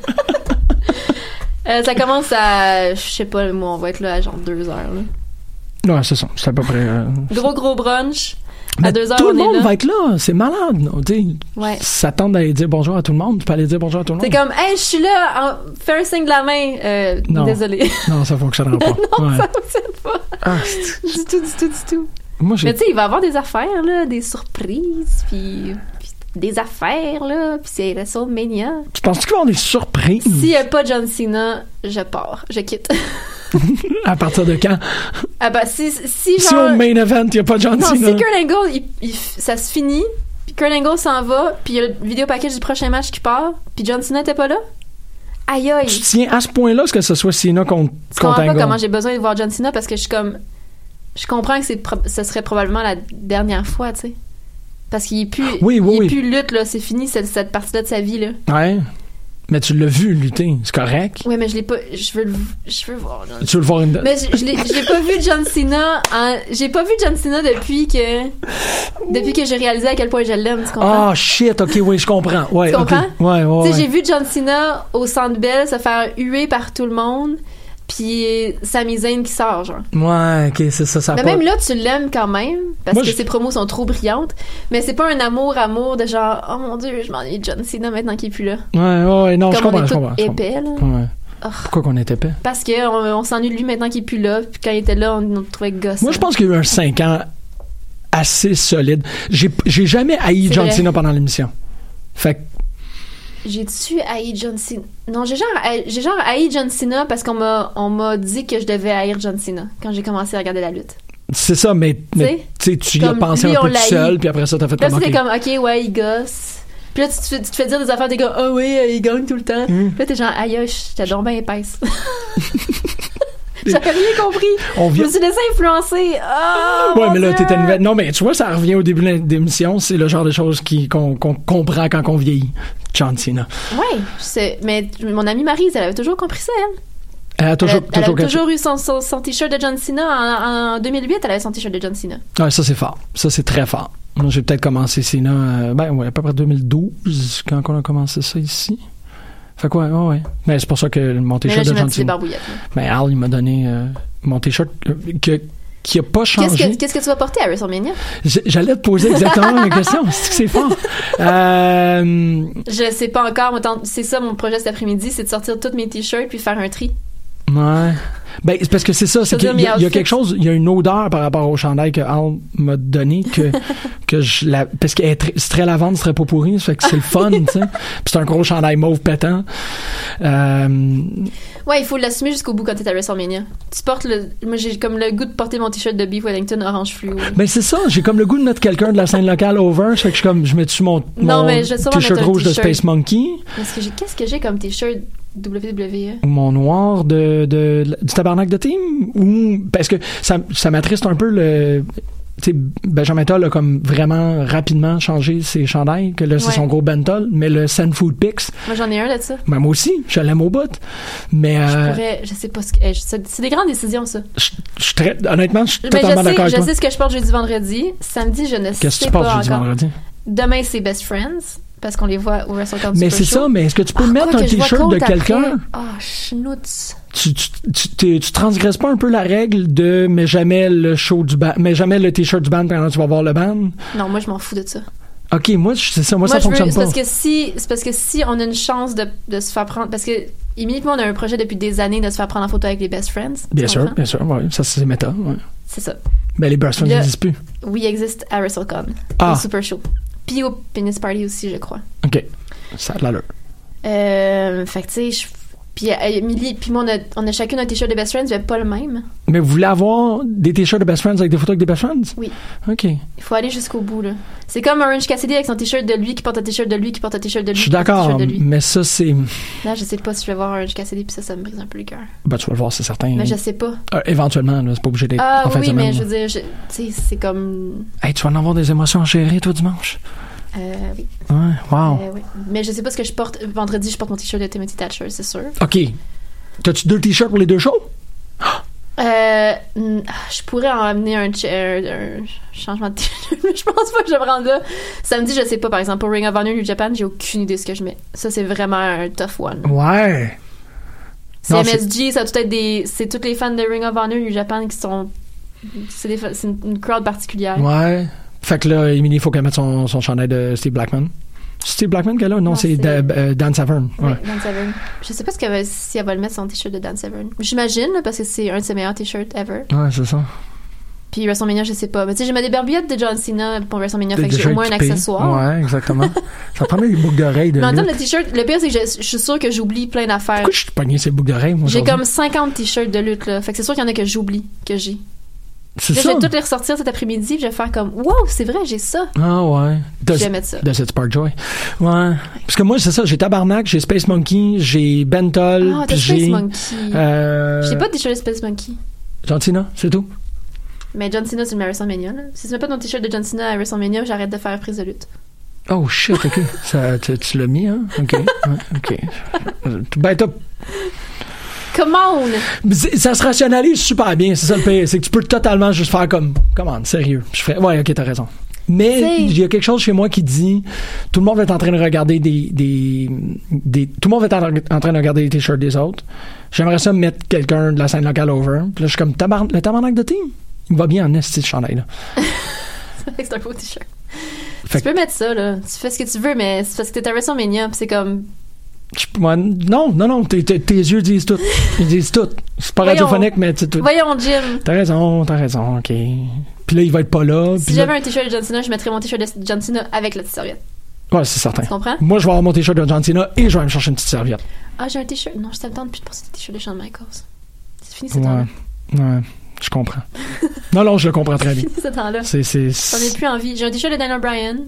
Speaker 12: Ça commence à... Je sais pas, moi, on va être là à genre 2 heures, là.
Speaker 11: Ouais, c'est ça. C'est à peu près...
Speaker 12: Gros brunch.
Speaker 11: Mais
Speaker 12: à 2 heures,
Speaker 11: tout le monde va être là, c'est malade.
Speaker 12: Ouais.
Speaker 11: Ça tente d'aller dire bonjour à tout le monde, tu peux aller dire bonjour à tout le monde.
Speaker 12: C'est comme, hey, je suis là, fais un signe de la main.
Speaker 11: Non.
Speaker 12: Désolé.
Speaker 11: Non, ça fonctionnera pas.
Speaker 12: Non, ça fonctionne pas. Du tout.
Speaker 11: Moi,
Speaker 12: mais tu sais, il va y avoir des affaires, là, des surprises, puis des affaires, là, puis c'est WrestleMania.
Speaker 11: Tu penses qu'il va y avoir des surprises?
Speaker 12: S'il n'y a pas John Cena, je pars, je quitte.
Speaker 11: À partir de quand?
Speaker 12: Ah bah si
Speaker 11: au main event, il n'y a pas John Cena.
Speaker 12: Non, si Kurt Angle, ça se finit, puis Kurt Angle s'en va, puis il y a le vidéo package du prochain match qui part, puis John Cena n'était pas là. Aïe aïe.
Speaker 11: Tu tiens à ce point-là ce que ce soit Cena contre Angle? Je comprends
Speaker 12: pas comment j'ai besoin de voir John Cena parce que je suis comme... Je comprends que ce serait probablement la dernière fois, tu sais. Parce qu'il est plus, plus lutte, là. C'est fini, cette partie-là de sa vie, là.
Speaker 11: Ouais. Mais tu l'as vu lutter, c'est correct.
Speaker 12: Oui, mais je l'ai pas. Je veux le voir.
Speaker 11: Tu veux le voir une.
Speaker 12: Mais j'ai pas vu John Cena. J'ai pas vu John Cena depuis que j'ai réalisé à quel point je l'aime. Tu comprends?
Speaker 11: Ah shit, ok, oui, je comprends. Ouais,
Speaker 12: tu comprends?
Speaker 11: Okay. Ouais.
Speaker 12: Tu sais, j'ai vu John Cena au Centre Bell se faire huer par tout le monde. Puis Sami Zayn qui sort, genre.
Speaker 11: Ouais, ok, c'est ça.
Speaker 12: Mais même là, tu l'aimes quand même, parce que ses promos sont trop brillantes. Mais c'est pas un amour de genre, oh mon Dieu, je m'ennuie de John Cena maintenant qu'il est plus là.
Speaker 11: Ouais, non, je comprends.
Speaker 12: Comme on est tous épais, là.
Speaker 11: Ouais. Oh. Pourquoi qu'on est épais?
Speaker 12: Parce qu'on s'ennuie de lui maintenant qu'il est plus là, puis quand il était là, on le trouvait gosse.
Speaker 11: Moi, je pense qu'il y a eu un 5 ans assez solide. J'ai jamais haï John Cena pendant l'émission. Fait que
Speaker 12: j'ai-tu haï John Cena? Non, j'ai genre haï John Cena parce qu'on m'a dit que je devais haïr John Cena quand j'ai commencé à regarder la lutte.
Speaker 11: C'est ça, mais tu y as pensé un peu tout seul, puis après ça, t'as fait
Speaker 12: comme... Là, c'était comme, OK, ouais, il gosse. Puis là, tu te fais dire des affaires, des gars, ah oui, il gagne tout le temps. Puis là, t'es genre, aïe, j'étais donc bien épaisse. J'avais rien compris. Je me suis laissé influencer. Oh,
Speaker 11: ouais, mais là, t'étais nouvelle. Non, mais tu vois, ça revient au début de l'émission. C'est le genre de choses qu'on comprend quand on vieillit. John Cena.
Speaker 12: Ouais, mais mon amie Maryse, elle avait toujours compris ça, elle.
Speaker 11: Elle a toujours
Speaker 12: eu son t-shirt de John Cena. En 2008, elle avait son t-shirt de John Cena.
Speaker 11: Ouais, ça, c'est fort. Ça, c'est très fort. Moi, j'ai peut-être commencé Cena, à peu près 2012, quand on a commencé ça ici. Fait quoi, ouais. Mais c'est pour ça que mon t-shirt de John Cena. Mais Al, il m'a donné mon t-shirt qui a pas changé.
Speaker 12: Qu'est-ce que tu vas porter à WrestleMania?
Speaker 11: J'allais te poser exactement la même question. C'est que c'est fort.
Speaker 12: Je sais pas encore. C'est ça mon projet cet après-midi, c'est de sortir tous mes t-shirts puis faire un tri.
Speaker 11: Ouais. Ben, c'est parce que c'est ça, c'est qu'il y a quelque chose, il y a une odeur par rapport au chandail que Al m'a donné parce que c'est très lavande, ce serait pas pourri, ça fait que c'est le fun, tu sais. Puis c'est un gros chandail mauve pétant.
Speaker 12: Ouais, il faut l'assumer jusqu'au bout quand t'es à WrestleMania. Tu portes moi, j'ai comme le goût de porter mon t-shirt de Beef Wellington orange fluo.
Speaker 11: Ben, c'est ça, j'ai comme le goût de mettre quelqu'un de la scène locale over, ça fait que je mets dessus mon t-shirt rouge de Space Monkey.
Speaker 12: Qu'est-ce que j'ai comme t-shirt WWE?
Speaker 11: Ou mon noir du tabarnak de team, ou parce que ça m'attriste un peu tu sais, Benjamin Toll a comme vraiment rapidement changé ses chandails, que là c'est son gros Bentol, mais le Send Food Picks.
Speaker 12: Moi j'en ai un de ça.
Speaker 11: Ben, moi aussi, je l'aime au bout. Mais
Speaker 12: je sais pas c'est des grandes décisions, ça.
Speaker 11: Honnêtement, je suis totalement d'accord avec toi.
Speaker 12: Je sais ce que je porte jeudi vendredi. Samedi, je ne sais pas encore.
Speaker 11: Qu'est-ce que tu portes jeudi vendredi?
Speaker 12: Demain, c'est Best Friends. Parce qu'on les voit au WrestleCon
Speaker 11: Mais c'est ça, mais est-ce que tu peux mettre un t-shirt de quelqu'un?
Speaker 12: Schnoutz.
Speaker 11: Tu transgresses pas un peu la règle de mais jamais le t-shirt du band pendant que tu vas voir le band?
Speaker 12: Non, moi je m'en fous de ça.
Speaker 11: OK, moi c'est ça, ça fonctionne pas.
Speaker 12: C'est parce que si on a une chance de se faire prendre, parce que immédiatement on a un projet depuis des années de se faire prendre en photo avec les Best Friends.
Speaker 11: Bien sûr, ouais, ça c'est méta, ouais.
Speaker 12: C'est ça.
Speaker 11: Mais les Best Friends n'existent plus.
Speaker 12: Oui, ils existent à WrestleCon. Au Super Show. Puis au Penis Party aussi, je crois.
Speaker 11: OK. Ça a de l'allure.
Speaker 12: Fait que, tu sais, puis Emily, puis moi, on a chacune un t-shirt de Best Friends, mais pas le même.
Speaker 11: Mais vous voulez avoir des t-shirts de Best Friends avec des photos avec des Best Friends?
Speaker 12: Oui.
Speaker 11: OK.
Speaker 12: Il faut aller jusqu'au bout, là. C'est comme Orange Cassidy avec son t-shirt de lui qui porte un t-shirt de lui qui porte un t-shirt de lui.
Speaker 11: Je suis d'accord, mais ça, c'est...
Speaker 12: Là, je sais pas si je vais voir Orange Cassidy, puis ça me brise un peu le cœur.
Speaker 11: Ben, tu vas le voir, c'est certain.
Speaker 12: Mais je sais pas.
Speaker 11: Éventuellement, là, c'est pas obligé d'être en fin de semaine.
Speaker 12: Mais je veux dire, tu sais, c'est comme...
Speaker 11: Hey, tu vas en avoir des émotions à gérer, toi, dimanche?
Speaker 12: Oui.
Speaker 11: Ouais, wow.
Speaker 12: Oui. Mais je sais pas ce que je porte. Vendredi, je porte mon t-shirt de Timothy Thatcher, c'est sûr.
Speaker 11: OK. T'as-tu 2 t-shirts pour les 2 shows?
Speaker 12: Je pourrais en amener un changement de t-shirt, mais je pense pas que je vais prendre là. Samedi, je sais pas, par exemple, pour Ring of Honor New Japan, j'ai aucune idée de ce que je mets. Ça, c'est vraiment un tough one.
Speaker 11: Ouais.
Speaker 12: C'est MSG, ça doit être c'est tous les fans de Ring of Honor New Japan qui sont... C'est une crowd particulière.
Speaker 11: Ouais. Fait que là, Emily, il faut qu'elle mette son chandail de Steve Blackman. Steve Blackman qu'elle a? Non, c'est Dan Severn. Ouais.
Speaker 12: Dan Severn. Je sais pas si elle va le mettre son t-shirt de Dan Severn. J'imagine, là, parce que c'est un de ses meilleurs t-shirts ever.
Speaker 11: Ouais, c'est ça.
Speaker 12: Puis WrestleMania, je sais pas. Mais tu sais, j'ai mis des barbillettes de John Cena pour WrestleMania, fait que j'ai au moins un accessoire.
Speaker 11: Ouais, exactement. Ça prend des boucles d'oreilles de.
Speaker 12: Mais en termes de t-shirt, le pire, c'est que je suis sûre que j'oublie plein d'affaires.
Speaker 11: Pourquoi je suis pogné ces boucles d'oreilles, moi?
Speaker 12: J'ai comme 50 t-shirts de lutte, là. Fait que c'est sûr qu'il y en a que j'oublie, que j'ai.
Speaker 11: C'est ça.
Speaker 12: Je vais toutes les ressortir cet après-midi, puis je vais faire comme wow, c'est vrai, j'ai ça.
Speaker 11: Ah ouais.
Speaker 12: Je vais mettre ça.
Speaker 11: De cette Spark Joy. Ouais. Parce que moi, c'est ça, j'ai Tabarnak, j'ai Space Monkey, j'ai Bentol,
Speaker 12: puis j'ai Space Monkey. J'ai pas de t-shirt de Space Monkey.
Speaker 11: John Cena, c'est tout.
Speaker 12: Mais John Cena, c'est le WrestleMania, là. Si tu mets pas ton t-shirt de John Cena à WrestleMania, j'arrête de faire prise de lutte.
Speaker 11: Oh shit, ok. Tu l'as mis, hein? Ok. Ok. Ben,
Speaker 12: Come on!
Speaker 11: Ça se rationalise super bien, c'est ça le pire. C'est que tu peux totalement juste faire comme, come on, sérieux. Je ferais, ouais, ok, t'as raison. Mais il y a quelque chose chez moi qui dit, tout le monde va être en train de regarder tout le monde va être en train de regarder les t-shirts des autres. J'aimerais ça mettre quelqu'un de la scène locale over. Puis là, je suis comme, le tabarnak de team, il me va bien en esti, ce chandail-là.
Speaker 12: C'est un beau t-shirt. Tu peux mettre ça, là. Tu fais ce que tu veux, mais c'est parce que t'es à WrestleMania, pis c'est comme...
Speaker 11: Non, tes yeux disent tout. Ils disent tout. C'est pas radiophonique, mais tu tout.
Speaker 12: Voyons, Jim.
Speaker 11: T'as raison, ok. Puis là, il va être pas là.
Speaker 12: Si j'avais un t-shirt de John Cena, je mettrais mon t-shirt de John Cena avec la petite serviette.
Speaker 11: Ouais, c'est certain.
Speaker 12: Tu comprends?
Speaker 11: Moi, je vais avoir mon t-shirt de John Cena et je vais aller me chercher une petite serviette.
Speaker 12: Ah, j'ai un t-shirt. Non, je t'attends plus de porter des t-shirts de Shawn Michaels. C'est fini ce temps-là.
Speaker 11: Ouais, je comprends. non, je le comprends très bien.
Speaker 12: C'est fini ce temps-là. J'en ai plus envie. J'ai un t-shirt de Daniel Bryan.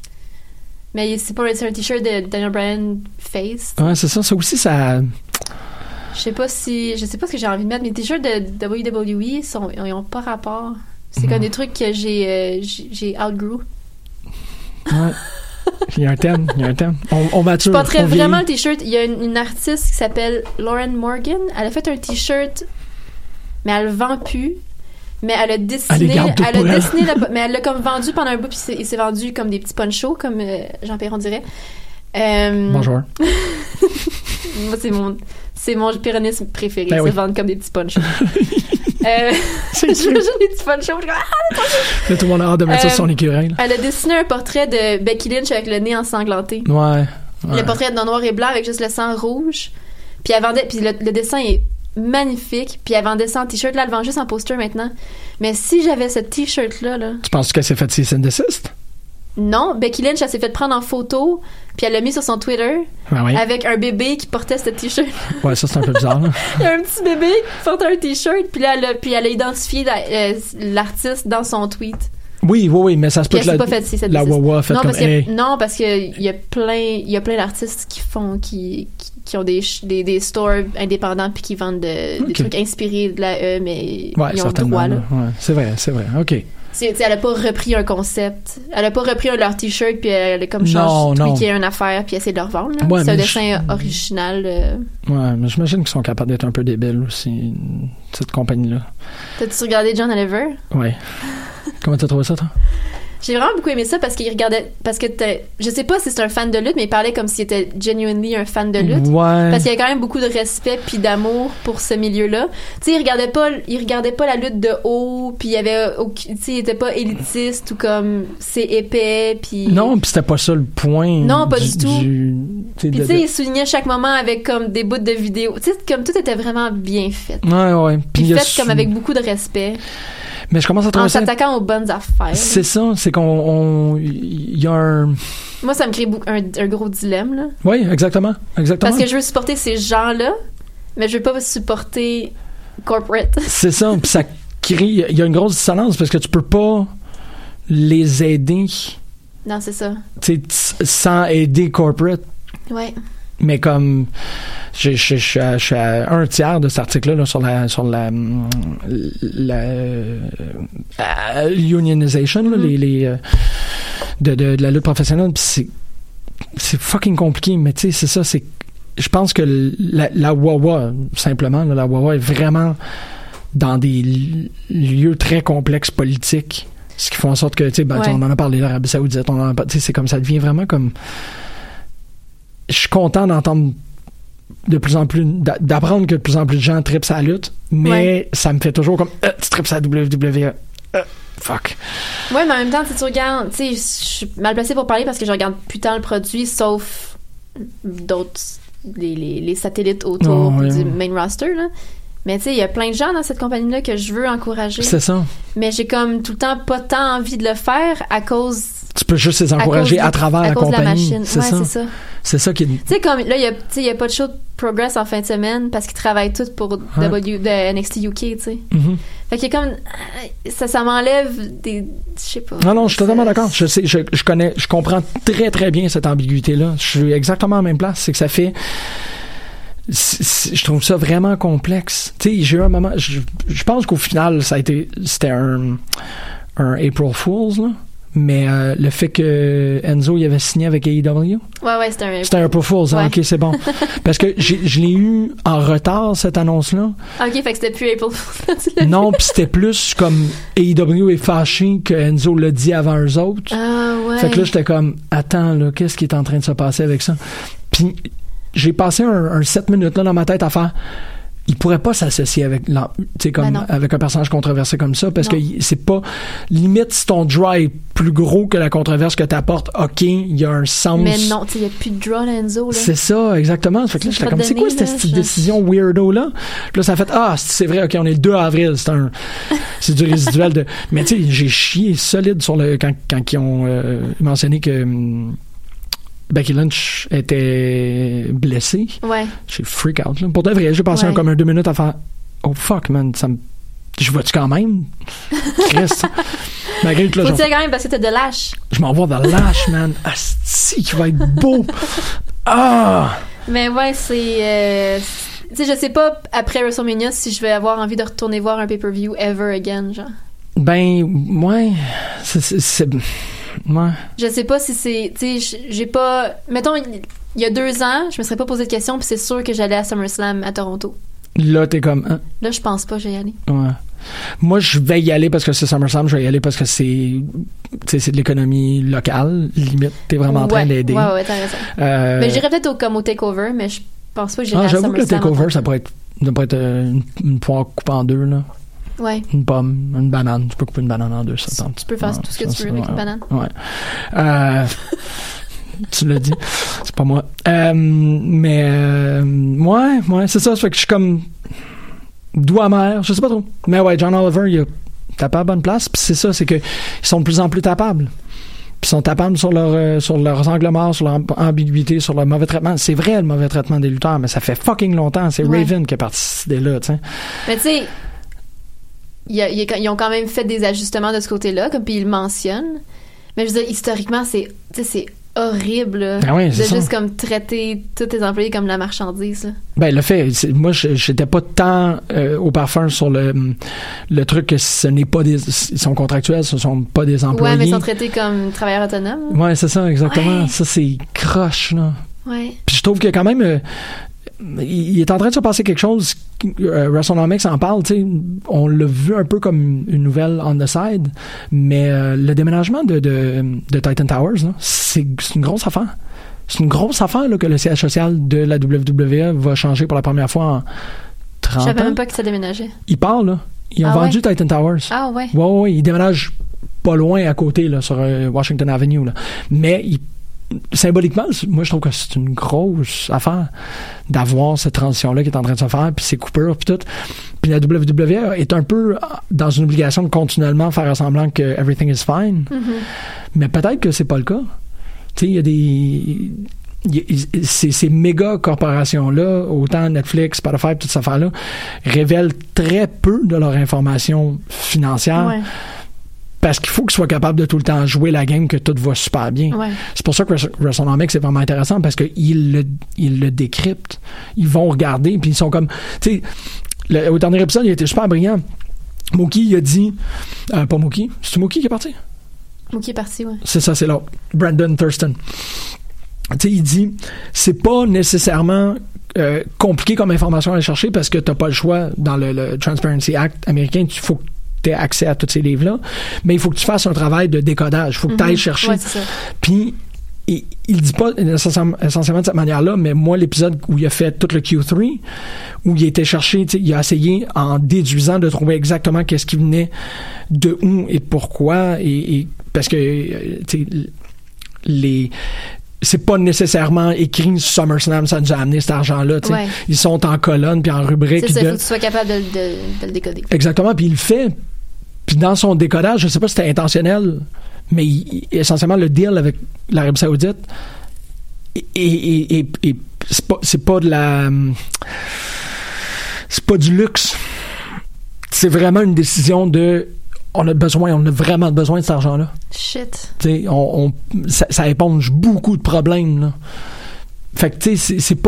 Speaker 12: Mais c'est un t-shirt de Daniel Bryan face.
Speaker 11: Ouais, c'est ça. Ça aussi, ça...
Speaker 12: Je sais pas ce que j'ai envie de mettre. Mes t-shirts de WWE, ils ont pas rapport. C'est comme des trucs que j'ai outgrew.
Speaker 11: Ouais. Il y a un thème. On mature.
Speaker 12: Je porterais vraiment le t-shirt. Il y a une artiste qui s'appelle Lauren Morgan. Elle a fait un t-shirt, mais elle le vend plus. Mais elle a dessiné, mais elle l'a comme vendu pendant un bout, puis il s'est vendu comme des petits ponchos, comme Jean Perron dirait.
Speaker 11: Bonjour.
Speaker 12: Moi, c'est mon pyrénisme préféré,
Speaker 11: ben
Speaker 12: c'est vendre comme des petits ponchos.
Speaker 11: C'est sûr.
Speaker 12: J'ai des petits ponchos.
Speaker 11: Là, tout le monde a hâte de mettre ça sur son écureuil.
Speaker 12: Elle a dessiné un portrait de Becky Lynch avec le nez ensanglanté.
Speaker 11: Ouais.
Speaker 12: Le portrait en noir et blanc avec juste le sang rouge. Puis elle vendait, puis le dessin est magnifique, puis elle vendait ça en t-shirt. Là, elle vend juste en poster maintenant. Mais si j'avais ce t-shirt-là...
Speaker 11: Tu penses qu'elle s'est fait cease and desist?
Speaker 12: Non, Becky Lynch, elle s'est fait prendre en photo, puis elle l'a mis sur son Twitter avec un bébé qui portait ce t-shirt.
Speaker 11: Ouais, ça, c'est un peu bizarre, là.
Speaker 12: Il y a un petit bébé qui porte un t-shirt, puis là, elle a identifié l'artiste dans son tweet.
Speaker 11: Oui, mais ça se peut que la Wawa a fait comme...
Speaker 12: Non, parce qu'il y a plein d'artistes qui ont des stores indépendants puis qui vendent des trucs inspirés de la mais ils ont le droit, là.
Speaker 11: Ouais, c'est vrai, OK.
Speaker 12: Elle a pas repris un concept. Elle a pas repris leur t-shirt puis elle a comme tweaké une affaire puis essayé de le revendre. Ouais, c'est un dessin original.
Speaker 11: Ouais, mais j'imagine qu'ils sont capables d'être un peu débiles aussi, cette compagnie-là.
Speaker 12: T'as-tu regardé John Oliver?
Speaker 11: Ouais. Comment t'as trouvé ça, toi?
Speaker 12: J'ai vraiment beaucoup aimé ça parce qu'il regardait... Parce que je sais pas si c'est un fan de lutte, mais il parlait comme s'il était genuinely un fan de lutte.
Speaker 11: Ouais.
Speaker 12: Parce qu'il y a quand même beaucoup de respect puis d'amour pour ce milieu-là. Tu sais, il regardait pas la lutte de haut, puis il était pas élitiste ou comme c'est épais, puis...
Speaker 11: Non, puis c'était pas ça le point.
Speaker 12: Non, pas du tout. Puis tu sais, il soulignait chaque moment avec comme des bouts de vidéos. Tu sais, comme tout était vraiment bien fait.
Speaker 11: Ouais.
Speaker 12: Puis fait comme avec beaucoup de respect.
Speaker 11: Mais je commence à trouver
Speaker 12: ça... En s'attaquant aux bonnes affaires.
Speaker 11: C'est ça, c'est il y a un...
Speaker 12: Moi, ça me crée un gros dilemme, là.
Speaker 11: Oui, exactement.
Speaker 12: Parce que je veux supporter ces gens-là, mais je veux pas supporter corporate.
Speaker 11: C'est ça, puis ça crée... Il y a une grosse dissonance parce que tu peux pas les aider...
Speaker 12: Non, c'est ça.
Speaker 11: Tu sais, sans aider corporate.
Speaker 12: Ouais.
Speaker 11: Mais comme je suis à un tiers de cet article là sur la unionization là, de la lutte professionnelle, puis c'est fucking compliqué, mais tu sais c'est ça, c'est je pense que la Wawa simplement là, la Wawa est vraiment dans des lieux très complexes politiques, ce qui fait en sorte que tu sais on en a parlé l'Arabie Saoudite, c'est comme ça devient vraiment comme... Je suis content d'entendre de plus en plus, d'apprendre que de plus en plus de gens trippent sa lutte, mais ça me fait toujours comme tu trippes sa WWE. Fuck.
Speaker 12: Ouais, mais en même temps, tu regardes, tu sais, je suis mal placée pour parler parce que je regarde plus tant le produit, sauf d'autres, les satellites autour du main roster, là. Mais tu sais, il y a plein de gens dans cette compagnie-là que je veux encourager.
Speaker 11: C'est ça.
Speaker 12: Mais j'ai comme tout le temps pas tant envie de le faire à cause...
Speaker 11: Tu peux juste les encourager à travers la compagnie.
Speaker 12: À cause de la machine.
Speaker 11: C'est ça.
Speaker 12: C'est ça.
Speaker 11: C'est ça qui est...
Speaker 12: Tu sais, comme là, il y a pas de show de Progress en fin de semaine parce qu'ils travaillent tous pour de NXT UK, tu sais.
Speaker 11: Mm-hmm.
Speaker 12: Fait qu'il y a comme... Ça m'enlève des... Je sais pas.
Speaker 11: Non, je suis totalement d'accord. Je sais, je comprends très, très bien cette ambiguïté-là. Je suis exactement à la même place. C'est que ça fait... je trouve ça vraiment complexe. Tu sais, j'ai eu un moment... Je pense qu'au final, c'était un April Fool's, là. Mais le fait que Enzo il avait signé avec AEW,
Speaker 12: c'était un
Speaker 11: April Fool's.
Speaker 12: Ouais.
Speaker 11: Ok, c'est bon. Parce que je l'ai eu en retard, cette annonce-là.
Speaker 12: Ok, fait que c'était plus April Fool's.
Speaker 11: Non, puis c'était plus comme AEW est fâché que Enzo l'a dit avant eux autres.
Speaker 12: Ah ouais.
Speaker 11: Fait que là, j'étais comme, attends, là, qu'est-ce qui est en train de se passer avec ça? Puis j'ai passé un 7 minutes là dans ma tête à faire... Il pourrait pas s'associer avec avec un personnage controversé comme ça parce que c'est pas limite si ton draw est plus gros que la controverse que t'apportes, ok, il y a un sens.
Speaker 12: Mais non, il y a plus de draw Enzo là.
Speaker 11: C'est ça, exactement. Fait que là, j'étais comme c'est quoi cette décision weirdo là? Puis là ça a fait c'est vrai, ok, on est le 2 avril, c'est du résiduel de. Mais tu sais, j'ai chié solide sur quand ils ont mentionné que Becky Lynch était blessée.
Speaker 12: Ouais.
Speaker 11: J'ai freak out, là. Pour de vrai, j'ai passé comme un 2 minutes à faire oh fuck, man, je vois-tu quand même? Christ. Malgré que là,
Speaker 12: faut-tu quand même parce que t'as de Lash?
Speaker 11: Je m'envoie de Lash, man. Asti, qui va être beau.
Speaker 12: Mais ouais, c'est... tu sais, je sais pas, après WrestleMania, si je vais avoir envie de retourner voir un pay-per-view ever again, genre.
Speaker 11: Ben, ouais. C'est... Ouais.
Speaker 12: Je sais pas si c'est... Tu sais, j'ai pas... Mettons, il y a 2 ans, je me serais pas posé de questions, puis c'est sûr que j'allais à SummerSlam à Toronto.
Speaker 11: Là, t'es comme... Hein?
Speaker 12: Là, je pense pas que je vais y aller.
Speaker 11: Ouais. Moi, je vais y aller parce que c'est SummerSlam, je vais y aller parce que c'est de l'économie locale. Limite, t'es vraiment en train d'aider.
Speaker 12: Ouais, t'as raison. Mais j'irais peut-être comme au TakeOver, mais je pense pas que j'irais à SummerSlam.
Speaker 11: J'avoue que le TakeOver, ça pourrait être une poire coupée en 2, là.
Speaker 12: Ouais.
Speaker 11: Une pomme, une banane. Tu peux couper une banane en 2, ça tente.
Speaker 12: Tu peux faire tout ce que tu veux avec une banane.
Speaker 11: Ouais. Tu l'as dit. C'est pas moi. Mais ouais, c'est ça. Ça fait que je suis comme doux amer. Je sais pas trop. Mais ouais, John Oliver, il a tapé à la bonne place. Puis c'est ça, c'est que ils sont de plus en plus tapables. Puis ils sont tapables sur leurs angles morts, sur leur ambiguïté, sur leur mauvais traitement. C'est vrai, le mauvais traitement des lutteurs, mais ça fait fucking longtemps. C'est Raven qui a parti de cette idée-là, tu sais.
Speaker 12: Mais tu sais, ils ont quand même fait des ajustements de ce côté-là, comme puis ils le mentionnent. Mais je veux dire, historiquement, c'est horrible là,
Speaker 11: de
Speaker 12: juste comme traiter tous tes employés comme la marchandise. Là.
Speaker 11: Ben le fait, moi j'étais pas tant au parfum sur le truc que ce n'est pas ils sont contractuels, ce sont pas des employés.
Speaker 12: Ouais, mais ils sont traités comme travailleurs autonomes.
Speaker 11: Ouais, c'est ça, exactement. Ouais. Ça c'est croche là.
Speaker 12: Ouais.
Speaker 11: Puis je trouve que quand même il est en train de se passer quelque chose. WrestleNomics en parle, tu sais, on l'a vu un peu comme une nouvelle on the side, mais le déménagement de Titan Towers, là, c'est une grosse affaire. C'est une grosse affaire là, que le siège social de la WWE va changer pour la première fois en 30 ans.
Speaker 12: Je savais même pas que ça déménageait.
Speaker 11: Ils parlent, là. Ils ont vendu Titan Towers.
Speaker 12: Ah ouais?
Speaker 11: Ouais, ils déménagent pas loin à côté, là, sur Washington Avenue, là. Mais symboliquement, moi je trouve que c'est une grosse affaire d'avoir cette transition-là qui est en train de se faire, puis ces coupures, puis tout. Puis la WWE est un peu dans une obligation de continuellement faire semblant que everything is fine. Mm-hmm. Mais peut-être que c'est pas le cas. Tu sais, il y a ces méga corporations-là, autant Netflix, Spotify, toute cette affaire-là, révèlent très peu de leur information financière. Ouais. Parce qu'il faut qu'ils soient capables de tout le temps jouer la game, que tout va super bien. Ouais. C'est pour ça que WrestleNomics c'est vraiment intéressant, parce qu'ils le décryptent. Ils vont regarder, puis ils sont comme... Tu sais, au dernier épisode, il était super brillant. Mookie, il a dit... pas Mookie. C'est-tu Mookie qui est parti?
Speaker 12: Mookie est parti, ouais.
Speaker 11: C'est ça, c'est l'autre. Brandon Thurston. Tu sais, il dit... C'est pas nécessairement... compliqué comme information à aller chercher, parce que t'as pas le choix dans le Transparency Act américain. Il faut que tu aies accès à tous ces livres-là, mais il faut que tu fasses un travail de décodage. Il faut que tu ailles chercher.
Speaker 12: Ouais, c'est ça.
Speaker 11: Puis, il dit pas essentiellement de cette manière-là, mais moi, l'épisode où il a fait tout le Q3, où il était cherché, il a essayé, en déduisant, de trouver exactement qu'est-ce qui venait de où et pourquoi, et parce que, c'est pas nécessairement écrit SummerSlam, ça nous a amené cet argent-là. Ouais. Ils sont en colonne puis en rubrique.
Speaker 12: C'est ça, il faut que tu sois capable de le décoder.
Speaker 11: Exactement, puis il le fait. Puis dans son décodage, je sais pas si c'était intentionnel, mais essentiellement, le deal avec l'Arabie Saoudite, et c'est pas de la... C'est pas du luxe. C'est vraiment une décision de... On a vraiment besoin de cet argent-là.
Speaker 12: Shit.
Speaker 11: Tu sais, ça éponge beaucoup de problèmes, là. Fait que, tu sais, c'est pas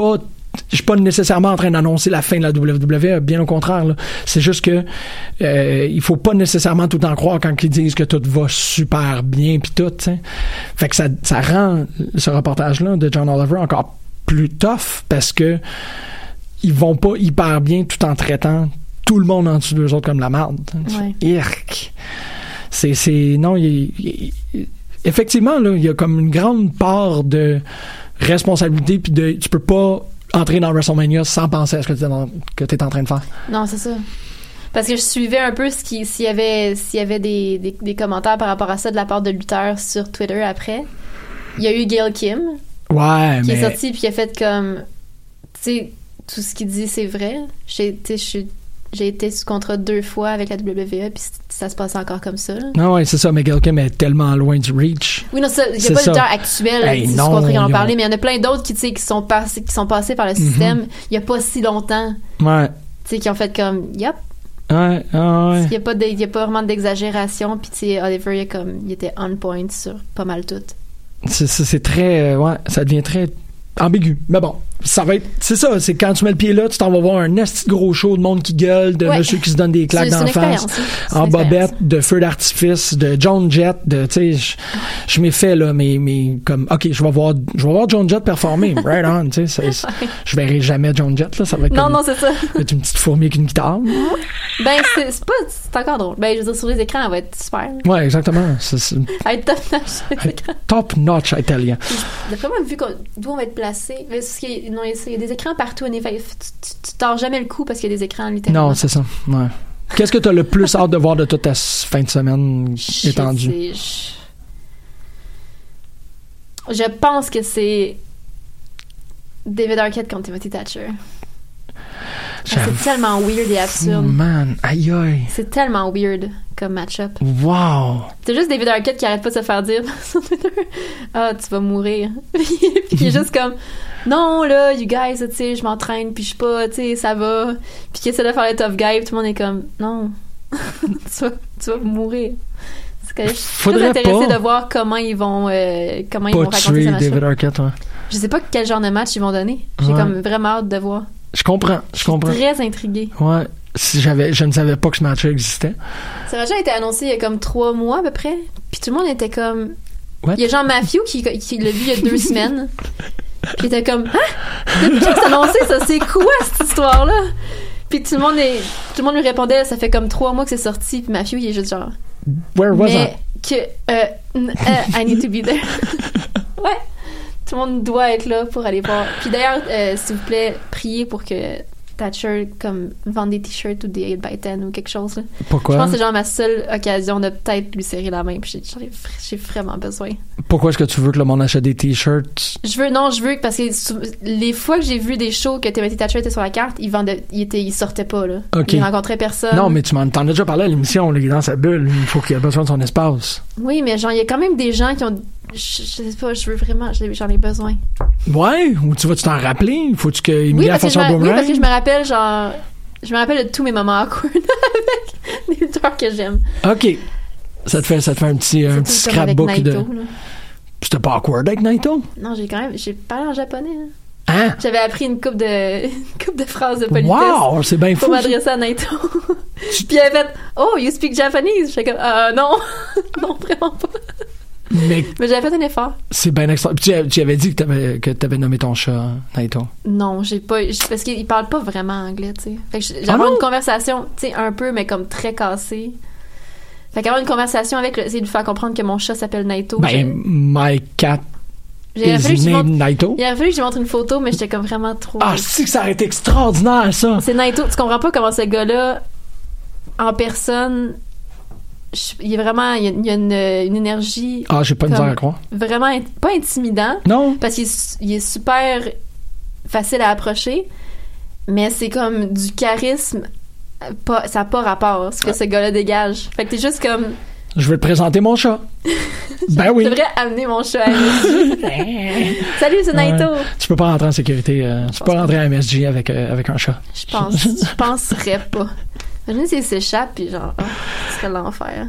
Speaker 11: je suis pas nécessairement en train d'annoncer la fin de la WWE, bien au contraire, là. C'est juste que il faut pas nécessairement tout en croire quand ils disent que tout va super bien pis tout, t'sais. Fait que ça rend ce reportage-là de John Oliver encore plus tough parce que ils vont pas hyper bien tout en traitant tout le monde en dessous d'eux autres comme la merde.
Speaker 12: Ouais.
Speaker 11: Irk. Non, effectivement, là, il y a comme une grande part de responsabilité puis tu peux pas entrer dans WrestleMania sans penser à ce que t'es en train de faire.
Speaker 12: Non, c'est ça. Parce que je suivais un peu s'il y avait des commentaires par rapport à ça de la part de lutteurs sur Twitter après. Il y a eu Gail Kim.
Speaker 11: Ouais,
Speaker 12: qui est sorti puis qui a fait comme, tu sais, tout ce qu'il dit c'est vrai. J'ai été sous contrat 2 fois avec la WWE puis ça se passe encore comme ça.
Speaker 11: Non, ouais, c'est ça, mais Gail Kim est tellement loin du reach.
Speaker 12: Oui, non, il n'y a pas de lutteur actuel sous contrat qui en parlé, mais il y en a plein d'autres qui sont passés par le système il n'y a pas si longtemps.
Speaker 11: Ouais.
Speaker 12: Tu sais, qui ont fait comme, yep.
Speaker 11: Ouais.
Speaker 12: Il n'y a pas vraiment d'exagération puis tu sais, Oliver, il était on point sur pas mal tout.
Speaker 11: C'est très... ça devient très ambigu. Mais bon, ça va être... C'est ça, c'est quand tu mets le pied là, tu t'en vas voir un esti gros show de monde qui gueule, de monsieur qui se donne des claques d'en face, en bobette, de feux d'artifice, de Joan Jett, de... Tu sais, je m'ai fait, là, mais comme... OK, je vais voir Joan Jett performer. Right on, tu sais. Je verrai jamais Joan Jett, là. Ça va être
Speaker 12: non, c'est ça.
Speaker 11: Ça va être une petite fourmi avec une guitare.
Speaker 12: Ben, c'est encore drôle. Ben, je veux dire, sur les écrans, elle va être super.
Speaker 11: Ouais, exactement.
Speaker 12: Elle va être top-notch.
Speaker 11: Top-notch italien.
Speaker 12: J'ai vraiment vu d'où on va être placé. Il y a des écrans partout. En effet, tu tords jamais le coup parce qu'il y a des écrans littéralement.
Speaker 11: Non, c'est ça. Ouais. Qu'est-ce que tu as le plus hâte de voir de toute ta fin de semaine étendue?
Speaker 12: Je pense que c'est David Arquette contre Timothy Thatcher. C'est tellement weird et absurde.
Speaker 11: Man, aïe aïe.
Speaker 12: C'est tellement weird comme match-up.
Speaker 11: Wow.
Speaker 12: C'est juste David Arquette qui arrête pas de se faire dire sur Twitter, tu vas mourir. Puis il est juste comme, non, là, you guys, tu sais, je m'entraîne, puis je suis pas, tu sais, ça va. Puis qui essaie de faire le tough guy, puis tout le monde est comme, non, tu vas mourir. Je suis très intéressée de voir comment ils vont raconter ce match.
Speaker 11: David Arquette, ouais.
Speaker 12: Je sais pas quel genre de match ils vont donner. J'ai comme vraiment hâte de voir.
Speaker 11: Je comprends.
Speaker 12: Je suis très intriguée.
Speaker 11: Ouais. Je ne savais pas que ce match-là existait.
Speaker 12: Ce match-là a été annoncé il y a comme 3 mois à peu près. Puis tout le monde était comme... What? Il y a Jean Matthew qui l'a vu il y a 2 semaines. Puis il était comme... Ah! Depuis que c'est annoncé, ça, c'est quoi cette histoire-là? Puis tout le monde lui répondait, ça fait comme 3 mois que c'est sorti. Puis Matthew, il est juste genre...
Speaker 11: Where was I?
Speaker 12: I need to be there. Ouais. Tout le monde doit être là pour aller voir. Puis d'ailleurs, s'il vous plaît, priez pour que Thatcher vende des t-shirts ou des 8x10 ou quelque chose. Là.
Speaker 11: Pourquoi?
Speaker 12: Je pense que c'est genre ma seule occasion de peut-être lui serrer la main. Puis j'ai vraiment besoin.
Speaker 11: Pourquoi est-ce que tu veux que le monde achète des t-shirts?
Speaker 12: Je veux parce que les fois que j'ai vu des shows que Timothy Thatcher était sur la carte, il sortait pas là.
Speaker 11: Okay.
Speaker 12: Il rencontrait personne.
Speaker 11: Non, mais t'en as déjà parlé à l'émission, il est dans sa bulle. Il faut qu'il ait besoin de son espace.
Speaker 12: Oui, mais genre il y a quand même des gens qui ont... Je sais pas, j'en ai besoin.
Speaker 11: Ouais, ou tu vas-tu t'en rappeler? Faut-tu que Emilia fasse un boomerang?
Speaker 12: Oui, parce que je me rappelle de tous mes moments awkward avec des lutteurs que j'aime.
Speaker 11: OK. Ça te fait un petit scrapbook
Speaker 12: Naito,
Speaker 11: de... C'était pas awkward avec Naito?
Speaker 12: Non, j'ai parlé en japonais.
Speaker 11: Hein?
Speaker 12: J'avais appris une couple de phrases de politesse.
Speaker 11: Wow, c'est bien fou.
Speaker 12: Pour m'adresser à Naito. Puis elle a fait « Oh, you speak Japanese? » J'étais comme « Non, non, vraiment pas. » Mais j'avais fait un effort.
Speaker 11: C'est bien extra. Tu avais dit que t'avais nommé ton chat Naito.
Speaker 12: Non, j'ai pas. Parce qu'il parle pas vraiment anglais, tu sais. Fait que j'avais une conversation, tu sais, un peu, mais comme très cassée. Fait qu'avoir une conversation avec c'est de lui faire comprendre que mon chat s'appelle Naito.
Speaker 11: Ben, my cat is named Naito.
Speaker 12: Il a fallu que je montre une photo, mais j'étais comme vraiment trop.
Speaker 11: Ah, c'est que ça aurait été extraordinaire, ça.
Speaker 12: C'est Naito. Tu comprends pas comment ce gars-là, en personne. Il y a vraiment il y a une énergie.
Speaker 11: Ah, j'ai pas de misère à croire.
Speaker 12: Vraiment pas intimidant.
Speaker 11: Non.
Speaker 12: Parce qu'il est super facile à approcher, mais c'est comme du charisme. Ça n'a pas rapport ce que ce gars-là dégage. Fait que t'es juste comme.
Speaker 11: Je vais te présenter mon chat. Ben oui.
Speaker 12: Je devrais amener mon chat à MSG. Salut, c'est Naito.
Speaker 11: Ouais. Tu peux pas rentrer en sécurité. Tu peux pas rentrer à MSG avec un chat.
Speaker 12: Je penserais pas. Imagine s'il s'échappe, puis genre, ce serait l'enfer.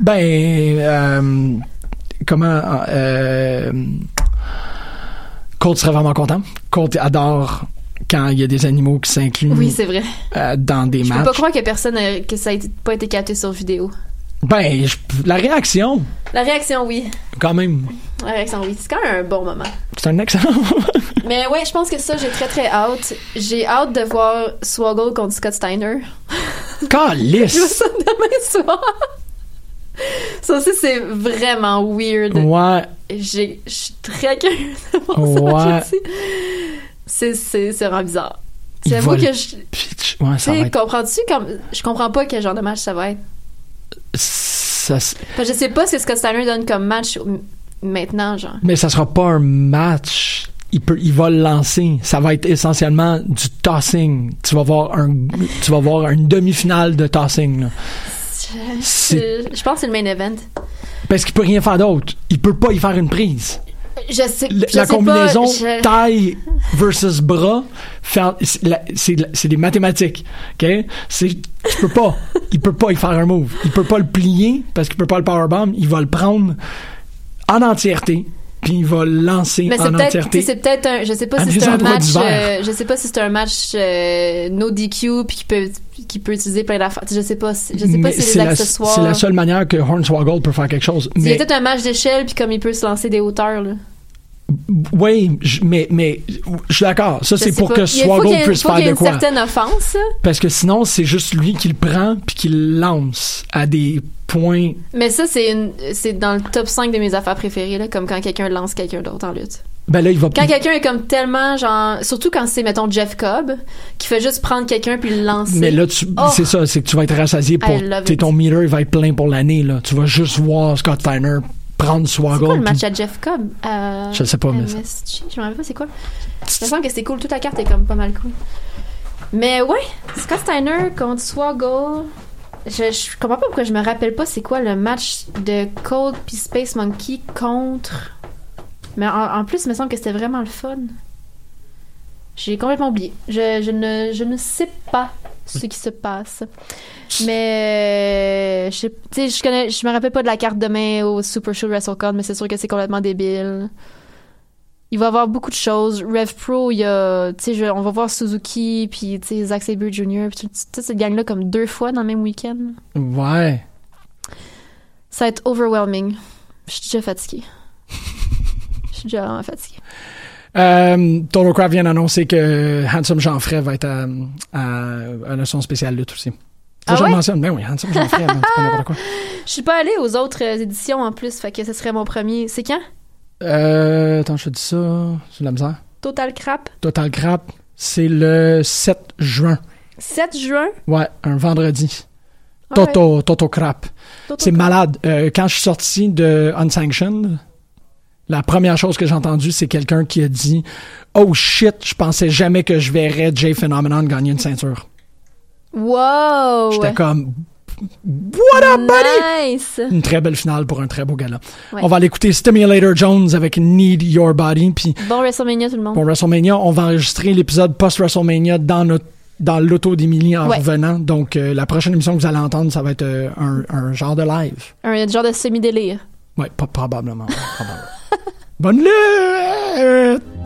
Speaker 11: Ben, Colt serait vraiment content. Colt adore quand il y a des animaux qui s'incluent
Speaker 12: oui, c'est vrai.
Speaker 11: Dans des matchs.
Speaker 12: Je peux pas croire que ça ait pas été capté sur vidéo.
Speaker 11: Ben, la réaction.
Speaker 12: La réaction, oui.
Speaker 11: Quand même.
Speaker 12: La réaction, oui. C'est quand même un bon moment.
Speaker 11: C'est un excellent moment.
Speaker 12: Mais ouais, je pense que ça, j'ai très, très hâte. J'ai hâte de voir Swoggle contre Scott Steiner.
Speaker 11: Calisse!
Speaker 12: Je vois ça demain soir. Ça aussi, c'est vraiment weird.
Speaker 11: Ouais.
Speaker 12: Je suis très curieuse de voir ça. C'est vraiment bizarre. J'avoue que
Speaker 11: ouais, ça va être...
Speaker 12: comprends-tu? Je comprends pas quel genre de match ça va être. Je sais pas ce que Scott Steiner donne comme match maintenant, genre. Mais
Speaker 11: ça sera pas un match. Il va le lancer. Ça va être essentiellement du tossing. Tu vas voir une demi-finale de tossing, là.
Speaker 12: Je pense que c'est le main event.
Speaker 11: Parce qu'il peut rien faire d'autre. Il peut pas y faire une prise.
Speaker 12: Je sais.
Speaker 11: La combinaison taille versus bras, c'est des mathématiques. OK? Il peut pas y faire un move. Il peut pas le plier parce qu'il peut pas le powerbomb. Il va le prendre en entièreté. Puis il va le lancer en entièreté.
Speaker 12: C'est peut-être un. Je sais pas si c'est un match. Je sais pas si c'est un match no DQ puis qui peut utiliser plein d'affaires. Je sais pas si c'est les accessoires.
Speaker 11: C'est la seule manière que Hornswoggle peut faire quelque chose.
Speaker 12: Il y a peut-être un match d'échelle puis comme il peut se lancer des hauteurs là.
Speaker 11: Oui, mais je suis d'accord. Ça, c'est pour que Swoggle puisse faire de quoi.
Speaker 12: Il faut qu'il y ait une certaine offense.
Speaker 11: Parce que sinon, c'est juste lui qui le prend puis qui le lance à des points.
Speaker 12: Mais ça, c'est dans le top 5 de mes affaires préférées, là, comme quand quelqu'un lance quelqu'un d'autre en lutte.
Speaker 11: Ben là, il va
Speaker 12: quand quelqu'un est comme tellement, genre... Surtout quand c'est, mettons, Jeff Cobb, qui fait juste prendre quelqu'un puis le lancer.
Speaker 11: Mais là, c'est ça, c'est que tu vas être rassasié pour... Ton meter, il va être plein pour l'année, là. Tu vas juste voir Scott Steiner prendre Swoggle.
Speaker 12: C'est quoi le match à Jeff Cobb?
Speaker 11: Je sais pas, mais...
Speaker 12: Je me rappelle pas c'est quoi. Il me semble que c'est cool. Toute la carte est comme pas mal cool. Mais ouais, Scott Steiner contre Swoggle... Je comprends pas pourquoi je me rappelle pas c'est quoi le match de Cold puis Space Monkey contre... Mais en plus, il me semble que c'était vraiment le fun. J'ai complètement oublié. Je ne sais pas ce qui se passe. Mais je me rappelle pas de la carte demain au Super Show WrestleCon, mais c'est sûr que c'est complètement débile. Il va y avoir beaucoup de choses. Rev Pro, il y a, on va voir Suzuki, puis Zack Sabre Jr., puis toute cette gang-là comme 2 fois dans le même week-end.
Speaker 11: Ouais.
Speaker 12: Ça va être overwhelming. Je suis déjà fatiguée. Je suis déjà vraiment fatiguée.
Speaker 11: Total Craft vient d'annoncer que Handsome Jean-Fray va être à la son spéciale lutte aussi.
Speaker 12: Ah ouais?
Speaker 11: Je mentionne, ben oui, Handsome Jean-Fray, c'est pas n'importe quoi.
Speaker 12: Je suis pas allée aux autres éditions en plus, fait que ce serait mon premier. C'est quand?
Speaker 11: Attends, je te dis ça. C'est de la misère.
Speaker 12: Total Crap,
Speaker 11: c'est le 7 juin.
Speaker 12: 7 juin?
Speaker 11: Ouais, un vendredi. Toto Crap. C'est malade. Quand je suis sorti de Unsanctioned, la première chose que j'ai entendue, c'est quelqu'un qui a dit « Oh shit, je pensais jamais que je verrais Jay Phenomenon gagner une ceinture. »
Speaker 12: Wow!
Speaker 11: J'étais comme « What up, buddy? »
Speaker 12: Nice!
Speaker 11: Une très belle finale pour un très beau gala.
Speaker 12: Ouais.
Speaker 11: On va aller écouter Stimulator Jones avec Need Your Body. Puis
Speaker 12: bon WrestleMania, tout le monde.
Speaker 11: Bon WrestleMania. On va enregistrer l'épisode post-WrestleMania dans l'auto d'Émilie en revenant. Donc, la prochaine émission que vous allez entendre, ça va être un genre de live.
Speaker 12: Un genre de semi-délire.
Speaker 11: Oui, probablement. Bonne lutte!